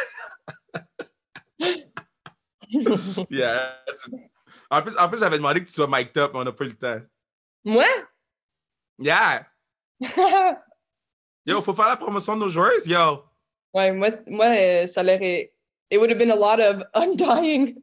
Yeah. En plus, en plus, j'avais demandé que tu sois mic'd up, mais on n'a pas eu le temps. Moi? Yeah. Yo, faut faire la promotion de nos joueurs, yo. Ouais, moi, moi euh, ça leur est... It would have been a lot of undying.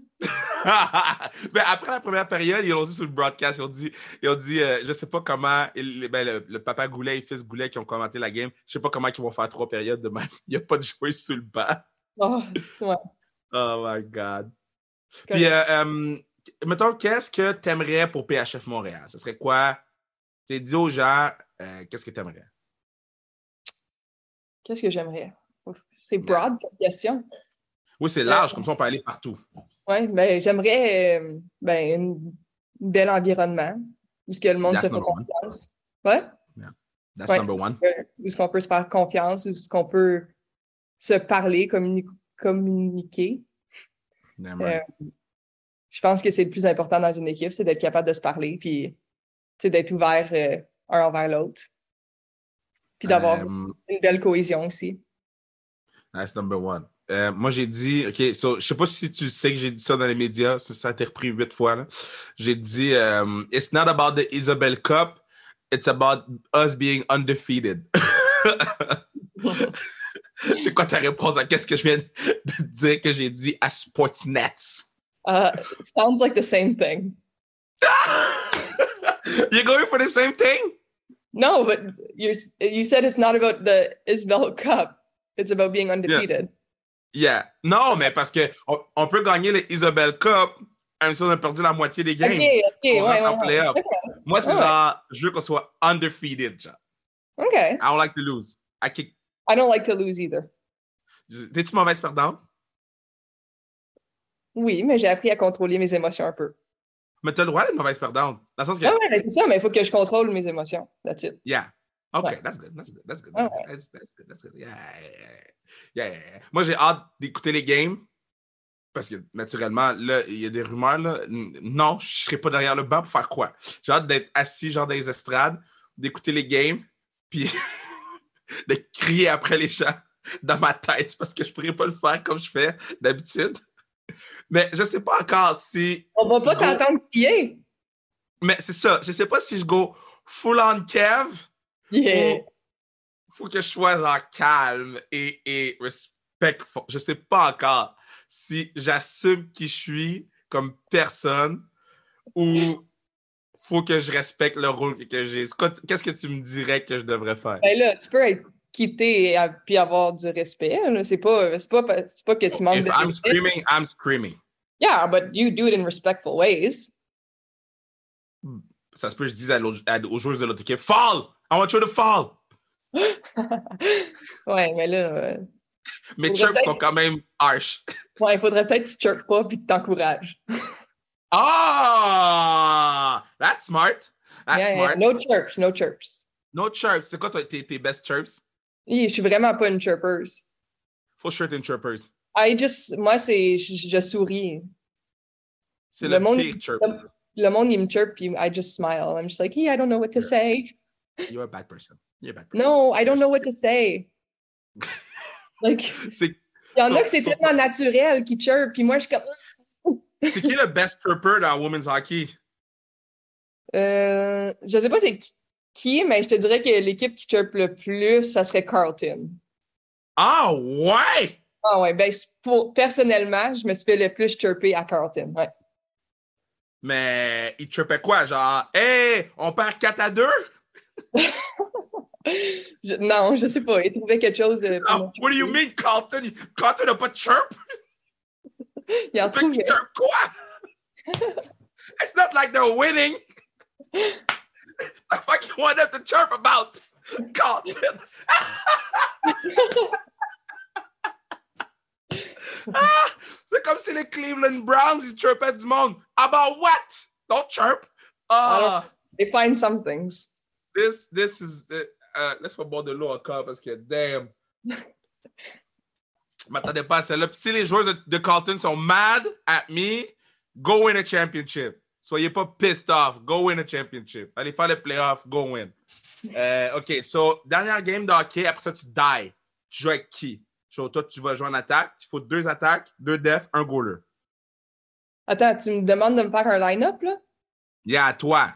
Mais après la première période, ils l'ont dit sur le broadcast, ils ont dit, ils ont dit euh, je sais pas comment, il, ben, le, le papa Goulet et le fils Goulet qui ont commenté la game, je sais pas comment ils vont faire trois périodes de même. Il n'y a pas de joueur sur le banc. Oh, ouais. Oh my God. Puis, euh, euh, mettons, qu'est-ce que tu aimerais pour P H F Montréal? Ce serait quoi? Tu dis aux gens, euh, qu'est-ce que tu aimerais? Qu'est-ce que j'aimerais? C'est broad comme question. Oui, c'est large, euh, comme ça on peut aller partout. Oui, ben j'aimerais euh, ben, un bel environnement où ce que le monde That's se fait confiance. Oui? Yeah. That's ouais. number one. Euh, où est-ce qu'on peut se faire confiance, où est-ce qu'on peut se parler, communi- communiquer. Damn right. euh, je pense que c'est le plus important dans une équipe, c'est d'être capable de se parler, puis d'être ouvert euh, un envers l'autre. Puis d'avoir um, une belle cohésion aussi. That's number one. Euh, moi, j'ai dit, OK, so, je sais pas si tu sais que j'ai dit ça dans les médias, ça, ça a été repris huit fois. Là. J'ai dit, um, it's not about the Isabelle Cup, it's about us being undefeated. C'est quoi ta réponse à qu'est-ce que je viens de dire que j'ai dit à Sportsnet? Uh, it sounds like the same thing. You're going for the same thing? No, but you you said it's not about the Isabelle Cup. It's about being undefeated. Yeah. yeah. Non, mais parce que on, on peut gagner le Isabelle Cup même si on a perdu la moitié des games. OK, OK, ouais, ouais, ouais. Okay. Moi, c'est ouais. genre, je veux qu'on soit undefeated, genre. OK. I don't like to lose. I kick... I don't like to lose either. T'es-tu mauvaise perdante? Oui, mais j'ai appris à contrôler mes émotions un peu. Mais t'as le droit d'être mauvaise perdante. Dans le sens que... Ah ouais, mais c'est ça, mais il faut que je contrôle mes émotions. That's it. Yeah. Okay, ouais. that's good. That's good. That's good. That's, okay. good. That's, that's good. That's good. Yeah, yeah, yeah. yeah, yeah. Moi, j'ai hâte d'écouter les games. Parce que, naturellement, là, il y a des rumeurs, là. Non, je ne serai pas derrière le banc pour faire quoi? J'ai hâte d'être assis, genre, dans les estrades, d'écouter les games, puis de crier après les gens dans ma tête, parce que je ne pourrais pas le faire comme je fais d'habitude. Mais je ne sais pas encore si... On va pas t'entendre crier! Mais c'est ça. Je ne sais pas si je go full-on Kev, yeah. ou faut que je sois, genre, calme et, et respectful. Je ne sais pas encore si j'assume qui je suis comme personne ou faut que je respecte le rôle que j'ai. Qu'est-ce que tu me dirais que je devrais faire? Ben là, tu peux être quitté et puis avoir du respect. C'est pas, c'est pas, c'est pas que tu manques If de I'm respect. screaming, I'm screaming. Yeah, but you do it in respectful ways. Ça se peut que je dise à à, aux joueurs de l'autre équipe, fall! I want you to fall! Ouais, mais là... Euh... Mes chirps sont quand même harsh. Ouais, il faudrait peut-être que tu chirpes pas puis que tu t'encourages. Ah! That's smart. That's yeah, smart. Yeah. No chirps, no chirps. No chirps. C'est quoi tes, tes best chirps? Oui, je suis vraiment pas une chirpers. Faut shirt une chirpers. I just, moi, c'est, je, je souris. C'est le, le monde, pire chirp. Le, le monde, il me chirpe puis I just smile. I'm just like, hey, I don't know what to say. You're a bad person. You're a bad person. No, I don't know what to say. Like, il y en so, a que c'est so, tellement naturel qui chirp, puis moi, je suis comme... C'est qui le best chirper dans women's hockey? Euh, je sais pas c'est qui, mais je te dirais que l'équipe qui chirpe le plus, ça serait Carleton. Ah ouais? Ah ouais, ben pour, personnellement, je me suis fait le plus chirper à Carleton, ouais. Mais il chirpait quoi? Genre, hey, on perd quatre à deux? Je, non, je sais pas. Il trouvait quelque chose. Euh, oh, what do you mean, Carleton? Carleton n'a pas de chirp? Il en trouvait. Chirp quoi? It's not like they're winning. The fuck you want them to chirp about? Carleton. ah, c'est comme si les Cleveland Browns, ils chirpaient du monde. About what? Don't chirp. Uh, they find some things. This, this is... Uh, Uh, laisse pas boire de l'eau encore parce que, damn. Je m'attendais pas à celle-là. Puis si les joueurs de, de Carleton sont mad at me, go win a championship. Soyez pas pissed off. Go win a championship. Allez faire les playoffs. Go win. Uh, OK, so, dernière game de hockey. Après ça, tu die. Tu joues avec qui? So, toi, tu vas jouer en attaque. Il faut deux attaques, deux defs, un goaler. Attends, tu me demandes de me faire un line-up, là? Yeah, toi.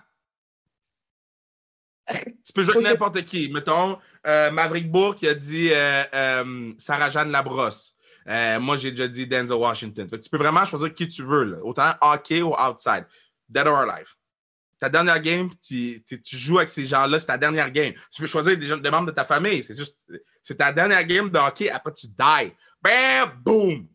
Tu peux jouer avec n'importe qui. Mettons, euh, Maverick Bourque qui a dit euh, euh, Sarah-Jeanne Labrosse. Euh, moi, j'ai déjà dit Denzel Washington. Fait que tu peux vraiment choisir qui tu veux, là. Autant hockey ou outside. Dead or alive. Ta dernière game, tu, tu, tu joues avec ces gens-là, c'est ta dernière game. Tu peux choisir des, des membres de ta famille. C'est juste, c'est ta dernière game de hockey, après tu die. Bam! Boom!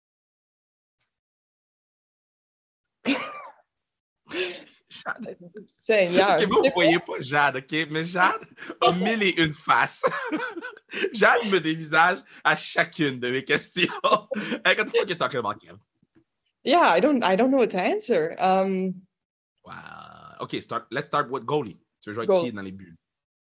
Jade. Seigneur. Parce que vous ne voyez pas Jade, OK? Mais Jade a mille et une faces. Jade me dévisage à chacune de mes questions. Hey, what the fuck are you talking about, Kev? Yeah, I don't, I don't know what to answer. Um, wow. OK, start, let's start with goalie. Tu veux jouer Goal. avec qui dans les buts?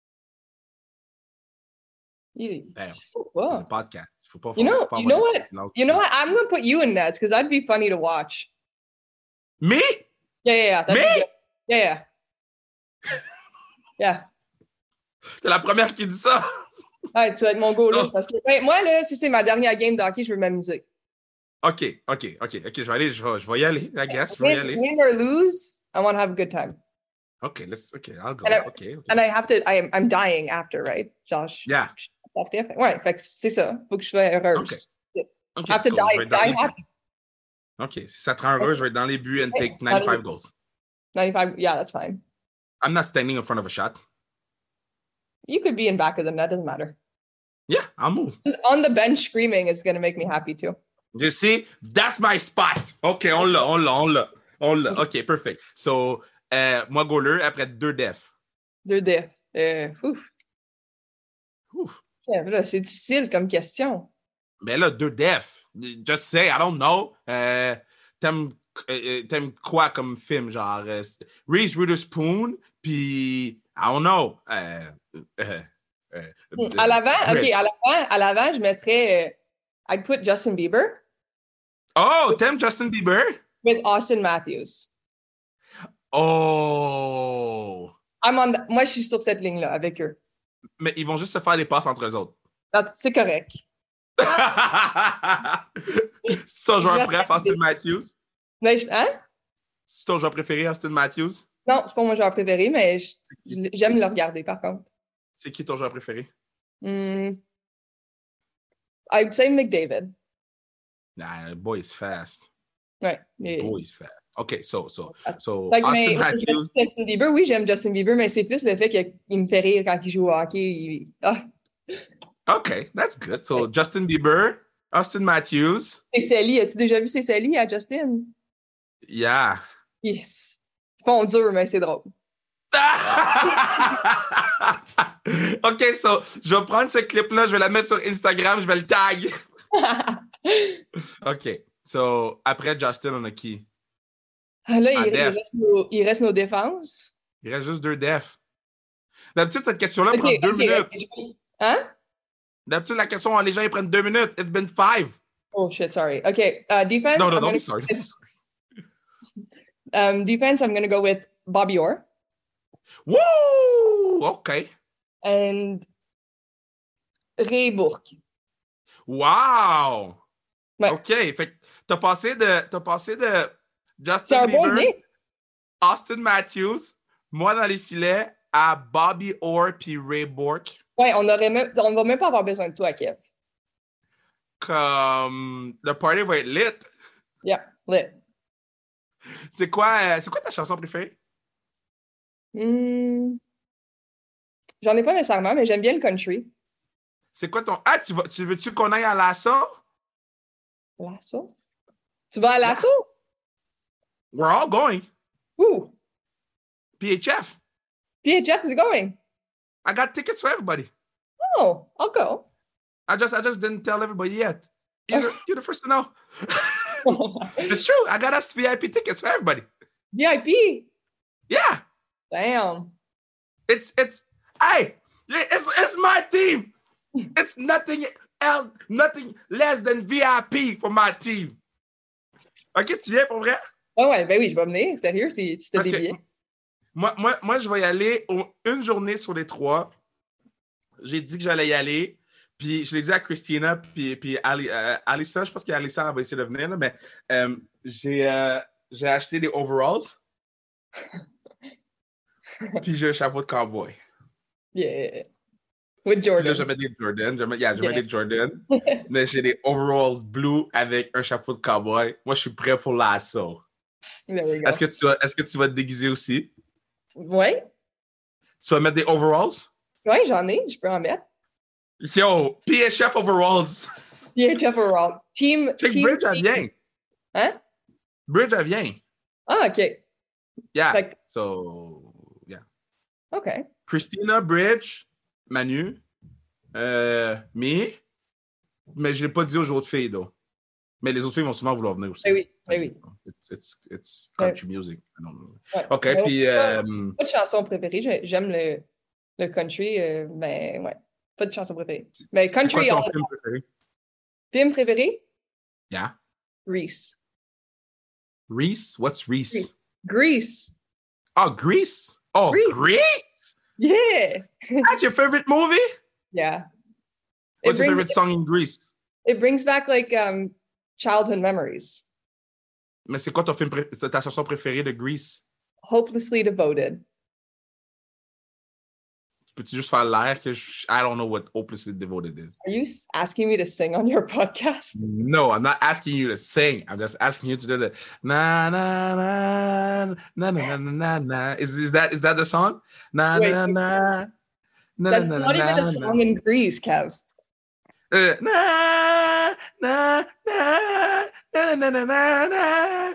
You, Damn. je sais pas. C'est un podcast. Faut pas, faut, You know, faut pas you know avoir what? silence. You know what? I'm gonna put you in nets because that'd be funny to watch. Me? Yeah, yeah, yeah. That'd Me? be good. Yeah, yeah. Yeah. T'es la première qui dit ça. Ouais, tu vas être mon goaler. Oh. Parce que, ouais, moi, là, si c'est ma dernière game de hockey, je veux m'amuser. OK, OK, OK, OK. Je vais aller, je vais, je vais y aller, I guess. Je vais y Win, aller. win or lose, I want to have a good time. OK, let's, OK, I'll go. And I, OK, OK. and I have to, I am, I'm dying after, right? Genre, je- Yeah. je- après, fait- ouais, fait que c'est ça. Faut que je sois heureuse. OK. OK, I have to so je die, vais être dans die les buts. happy. OK, si ça te rend heureux, je vais être dans les buts and take Dans les ninety-five buts. goals. ninety-five, yeah, that's fine. I'm not standing in front of a shot. You could be in back of the net, doesn't matter. Yeah, I'll move. On the bench screaming is going to make me happy too. You see, that's my spot. OK, on l'a, on l'a, on l'a. On l'a. OK, perfect. So, euh, moi, goaler, après deux def. Deux def. Euh, ouf. Ouf. Yeah, là, c'est difficile comme question. Mais là, deux def. Just say, I don't know. Euh, t'aimes, euh, t'aimes quoi comme film? Genre, euh, Reese Witherspoon, puis, I don't know. Euh, euh, euh, À l'avant, Red. OK, à l'avant, à l'avant, je mettrais, euh, I'd put Justin Bieber Oh, t'aimes Justin Bieber? with Austin Matthews. Oh! I'm on the- moi, je suis sur cette ligne-là avec eux. Mais ils vont juste se faire des passes entre eux autres. That's- C'est correct. C'est ton joueur préféré, Austin Matthews? Mais je- hein? C'est ton joueur préféré, Austin Matthews? Non, c'est pas mon joueur préféré, mais je- j'aime le regarder par contre. C'est qui ton joueur préféré? Hmm. I would say McDavid. Nah, the boy is fast. Ouais. The Et- boy is fast. OK, so, so, so Fait que, Austin mais, Matthews. Justin Bieber, oui, j'aime Justin Bieber, mais c'est plus le fait qu'il me fait rire quand il joue au hockey. Il- Ah, OK, that's good. So, Justin Bieber, Austin Matthews. c'est Sally. As-tu déjà vu ses Sally à Justin? Yeah. Yes. Ils font dur, mais c'est drôle. OK, so, je vais prendre ce clip-là, je vais la mettre sur Instagram, je vais le tag. OK, so, après Justin, on a qui? Ah, là, En il, il def. reste nos, il reste nos défenses. Il reste juste deux defs. D'habitude, cette question-là Ok, prend deux ok, minutes. ok. Hein? D'habitude, la question, les gens, ils prennent deux minutes. It's been five. Oh shit, sorry. Okay, uh, defense. No, no, I'm don't gonna, be sorry. Don't be sorry. Um, defense, I'm gonna go with Bobby Orr Woo! OK. and Ray Bourque. Wow! Ouais. OK. Fait que t'as passé de, t'as passé de C'est Justin un bon Bieber, mix. Austin Matthews, moi dans les filets, à Bobby Orr puis Ray Bourque. Ouais, on aurait même, on va même pas avoir besoin de toi, Kev. Comme le party va être lit. Yeah, lit. C'est quoi, euh, c'est quoi ta chanson préférée? Hmm. J'en ai pas nécessairement, mais j'aime bien le country. C'est quoi ton. Ah, tu, vas, tu veux-tu qu'on aille à l'assaut? Lasso? Tu vas à Lasso? We're all going. Ooh. P H F. P H F is going. I got tickets for everybody. Oh, I'll go. I just I just didn't tell everybody yet. You're, the- you're the first to know. It's true. I got us V I P tickets for everybody. V I P? Yeah. Damn. It's it's hey, it's it's my team. It's nothing else, nothing less than V I P for my team. OK, tu viens pour vrai? Ah ouais, ben oui, je vais venir. Sérieux, si si t'as Parce des que billets. Moi, moi, moi, je vais y aller au- une journée sur les trois. J'ai dit que j'allais y aller. Puis je l'ai dit à Christina, puis, puis Ali, euh, Alissa, je pense qu'Alissa elle va essayer de venir, là, mais euh, j'ai, euh, j'ai acheté des overalls. Puis j'ai un chapeau de cowboy. Yeah. With Puis là, Jordan. je mets des Jordan. Je mets, yeah, je mets Yeah. des Jordan. Mais j'ai des overalls blue avec un chapeau de cowboy. Moi, je suis prêt pour l'assaut. There we go. Est-ce que, tu vas, est-ce que tu vas te déguiser aussi? Ouais, Tu vas mettre des overalls? ouais, j'en ai, je peux en mettre. Yo, P H F overalls! P H F overall. Team. Check team Bridge, elle vient. Hein? Bridge, elle vient. Ah, OK. Yeah. Fait que- So, yeah. OK. Christina, Bridge, Manu, euh, me. Mais je l'ai pas dit aux autres filles, though. Mais les autres filles vont souvent vouloir venir aussi. Ben oui, ben oui. It's, it's, it's country music. I don't know. Ouais. OK, Mais puis... pas- euh, Pas de chanson préférée. j'ai- J'aime le, le country, euh, mais ouais. Pas de chanson préférée. Mais c'est quoi country, ton on... film préféré? film préféré? Yeah. Grease. Reese? What's Reese? Grease. Grease. Oh, Grease? Oh, Grease. Grease? Yeah. That's your favorite movie? Yeah. What's It your brings, favorite song in Grease? it brings back like um childhood memories. Mais c'est quoi ton film pré- ta chanson préférée de Grease? Hopelessly Devoted. Peux-tu juste faire l'air que je, I don't know what Hopelessly Devoted is. Are you s- asking me to sing on your podcast? No, I'm not asking you to sing. I'm just asking you to do the na na na na na na na na na. Is is that is that the song? Na Wait, na na na That's na not na even a na. song in Greece, Kev. Uh, na na na na na na na na na.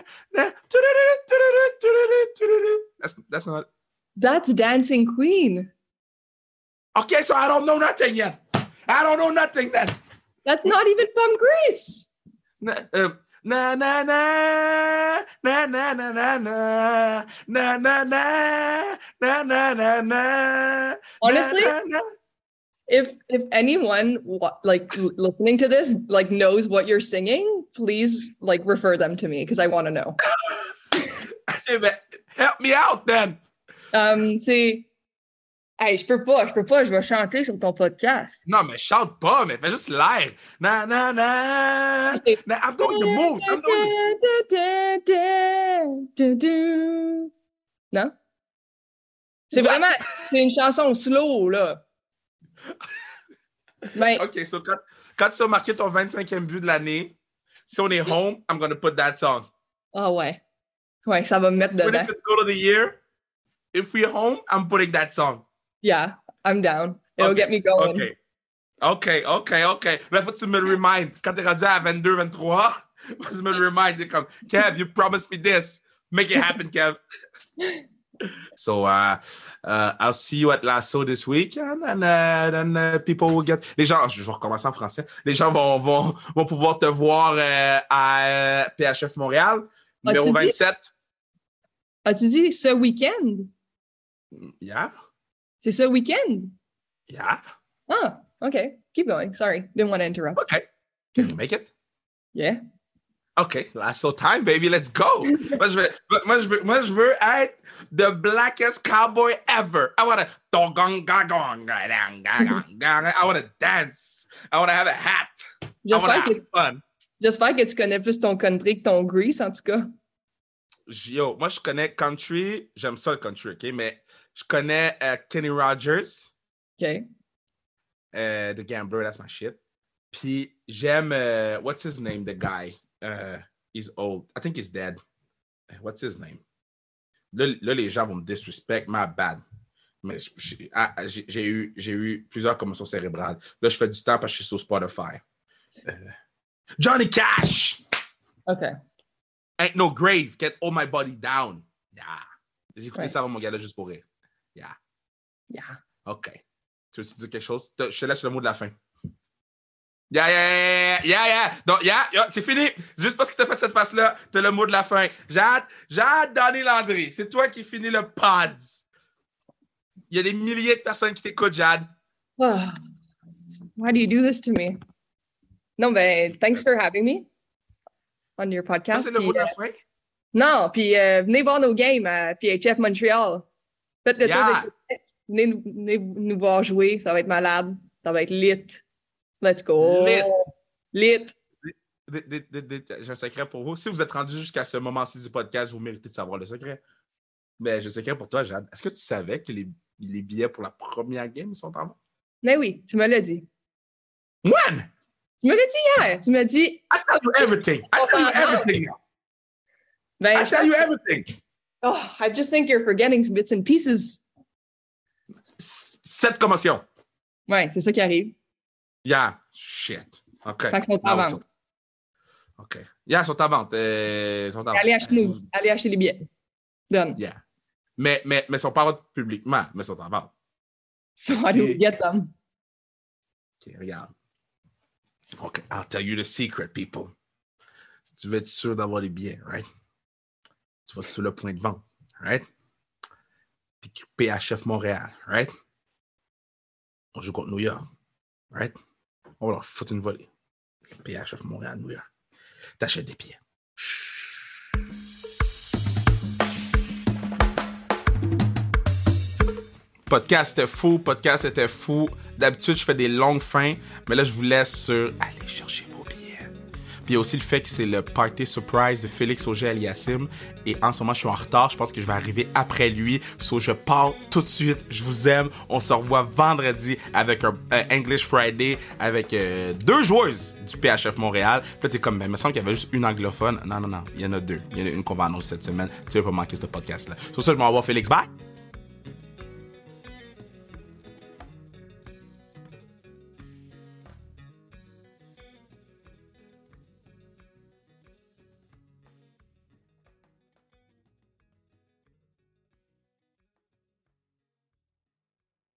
That's that's not. That's Dancing Queen. Okay, so I don't know nothing yet. I don't know nothing then. That's not even from Greece. Na uh, na na na na na na na na na na na na na na na. Honestly, na, na, na. if if anyone wa- like l- listening to this like knows what you're singing, please like refer them to me because I want to know. Hey, man, help me out then. Um, c'est hey, je peux pas, je peux pas, je vais chanter sur ton podcast. Non, mais chante pas, mais fais juste l'air. Na na na. Okay. na I'm doing the move. I'm doing the... Non? C'est What? vraiment, c'est une chanson slow, là. Ben, OK, so quand, quand tu as marqué ton vingt-cinquième but de l'année, si on est home, I'm gonna put that song. ah ouais. Ouais, ça va me mettre dedans. twenty-fifth goal of the year, if we're home, I'm putting that song. Yeah, I'm down. It'll Okay, get me going. OK. OK, OK, OK. Mais faut que tu me le remind. Quand t'es rendu à vingt-deux vingt-trois, faut que tu me le remind. T'es comme, Kev, you promised me this. Make it happen, Kev. So, uh, uh, I'll see you at Lasso this weekend, and uh, then uh, people will get... Les gens, je vais recommencer en français. Les gens vont, vont, vont pouvoir te voir euh, à euh, P H F Montréal, numéro As-tu dit? vingt-sept. As-tu dit ce week-end? Yeah, C'est ce week-end? yeah. Ah, okay. Keep going. Sorry. Didn't want to interrupt. Okay. Can you make it? Yeah. OK, Lasso time, baby, let's go. moi, je veux, moi, je veux, moi, je veux être the blackest cowboy ever. I want to I want to dance. I want to have a hat. I want to J'espère have que, fun. j'espère que tu connais plus ton country que ton Grease, en tout cas. Yo, moi, je connais country. J'aime ça, le country, OK? Mais je connais uh, Kenny Rogers, OK. uh, The Gambler, that's my shit. Puis j'aime, uh, what's his name, the guy? Uh, he's old. I think he's dead. What's his name? Là, là, les gens vont me disrespect, my bad. Mais j'ai, ah, j'ai, j'ai eu, j'ai eu plusieurs commotions cérébrales. Là, je fais du temps parce que je suis sur Spotify. Uh, Johnny Cash! OK. Ain't no grave, get all my body down. Yeah. J'ai écouté Ouais. ça avant mon gars-là juste pour rire. Yeah. Yeah. OK. Tu veux-tu dire quelque chose? Te- Je te laisse le mot de la fin. Yeah, yeah, yeah, yeah, yeah. Donc, yeah, yeah, c'est fini. Juste parce que t'as fait cette face-là, t'as le mot de la fin. Jade, Jade Donny Landry, c'est toi qui finis le pod. Il y a des milliers de personnes qui t'écoutent, Jade. Ah, why do you do this to me? Non, ben, thanks for having me on your Ça, podcast. c'est le mot puis, de la euh, fin? non, puis euh, venez voir nos games à P H F Montréal. Faites le Yeah. tour de Québec. Venez, nous- venez nous voir jouer. Ça va être malade. Ça va être lit. Let's go. Lit. Lit. D- d- d- d- J'ai un secret pour vous. Si vous êtes rendu jusqu'à ce moment-ci du podcast, vous méritez de savoir le secret. Mais j'ai un secret pour toi, Jade. Est-ce que tu savais que les, les billets pour la première game sont en vente? Mais oui, tu me l'as dit. When? Tu me l'as dit hier. Tu m'as dit. I tell you everything. I tell you everything. Ben, I je tell pense- you everything. oh, I just think you're forgetting bits and pieces. Cette commotion. Ouais, c'est ça qui arrive. Yeah. Shit. OK. Fait qu'ils sont en Now it's- vente. OK. Yeah, ils sont en vente. Euh, ils sont en vente. Allez acheter nous. Allez acheter les billets. Done. Yeah. Mais, mais, mais ils sont pas en vente publiquement, mais ils sont en vente. So how do we Si- get them? OK, regarde. OK, I'll tell you the secret, people. Si tu veux être sûr d'avoir les billets, right? Tu vas sur le point de vente, right? T'es P H F Montréal, right? On joue contre New York, right? On va leur foutre une volée. P H F Montréal, New York. T'achètes des billets. Chut. Podcast était fou, podcast était fou. D'habitude, je fais des longues fins, mais là, je vous laisse sur allez chercher vos billets. Puis il y a aussi le fait que c'est le party surprise de Félix Auger-Aliassime. Et en ce moment, je suis en retard. Je pense que je vais arriver après lui. So, je pars tout de suite. Je vous aime. On se revoit vendredi avec un, un English Friday avec euh, deux joueuses du P H F Montréal. Puis là, t'es comme, ben, il me semble qu'il y avait juste une anglophone. Non, non, non. Il y en a deux. Il y en a une qu'on va annoncer cette semaine. Tu vas pas manquer ce podcast-là. Sur ça, je m'en vais voir Félix. Bye!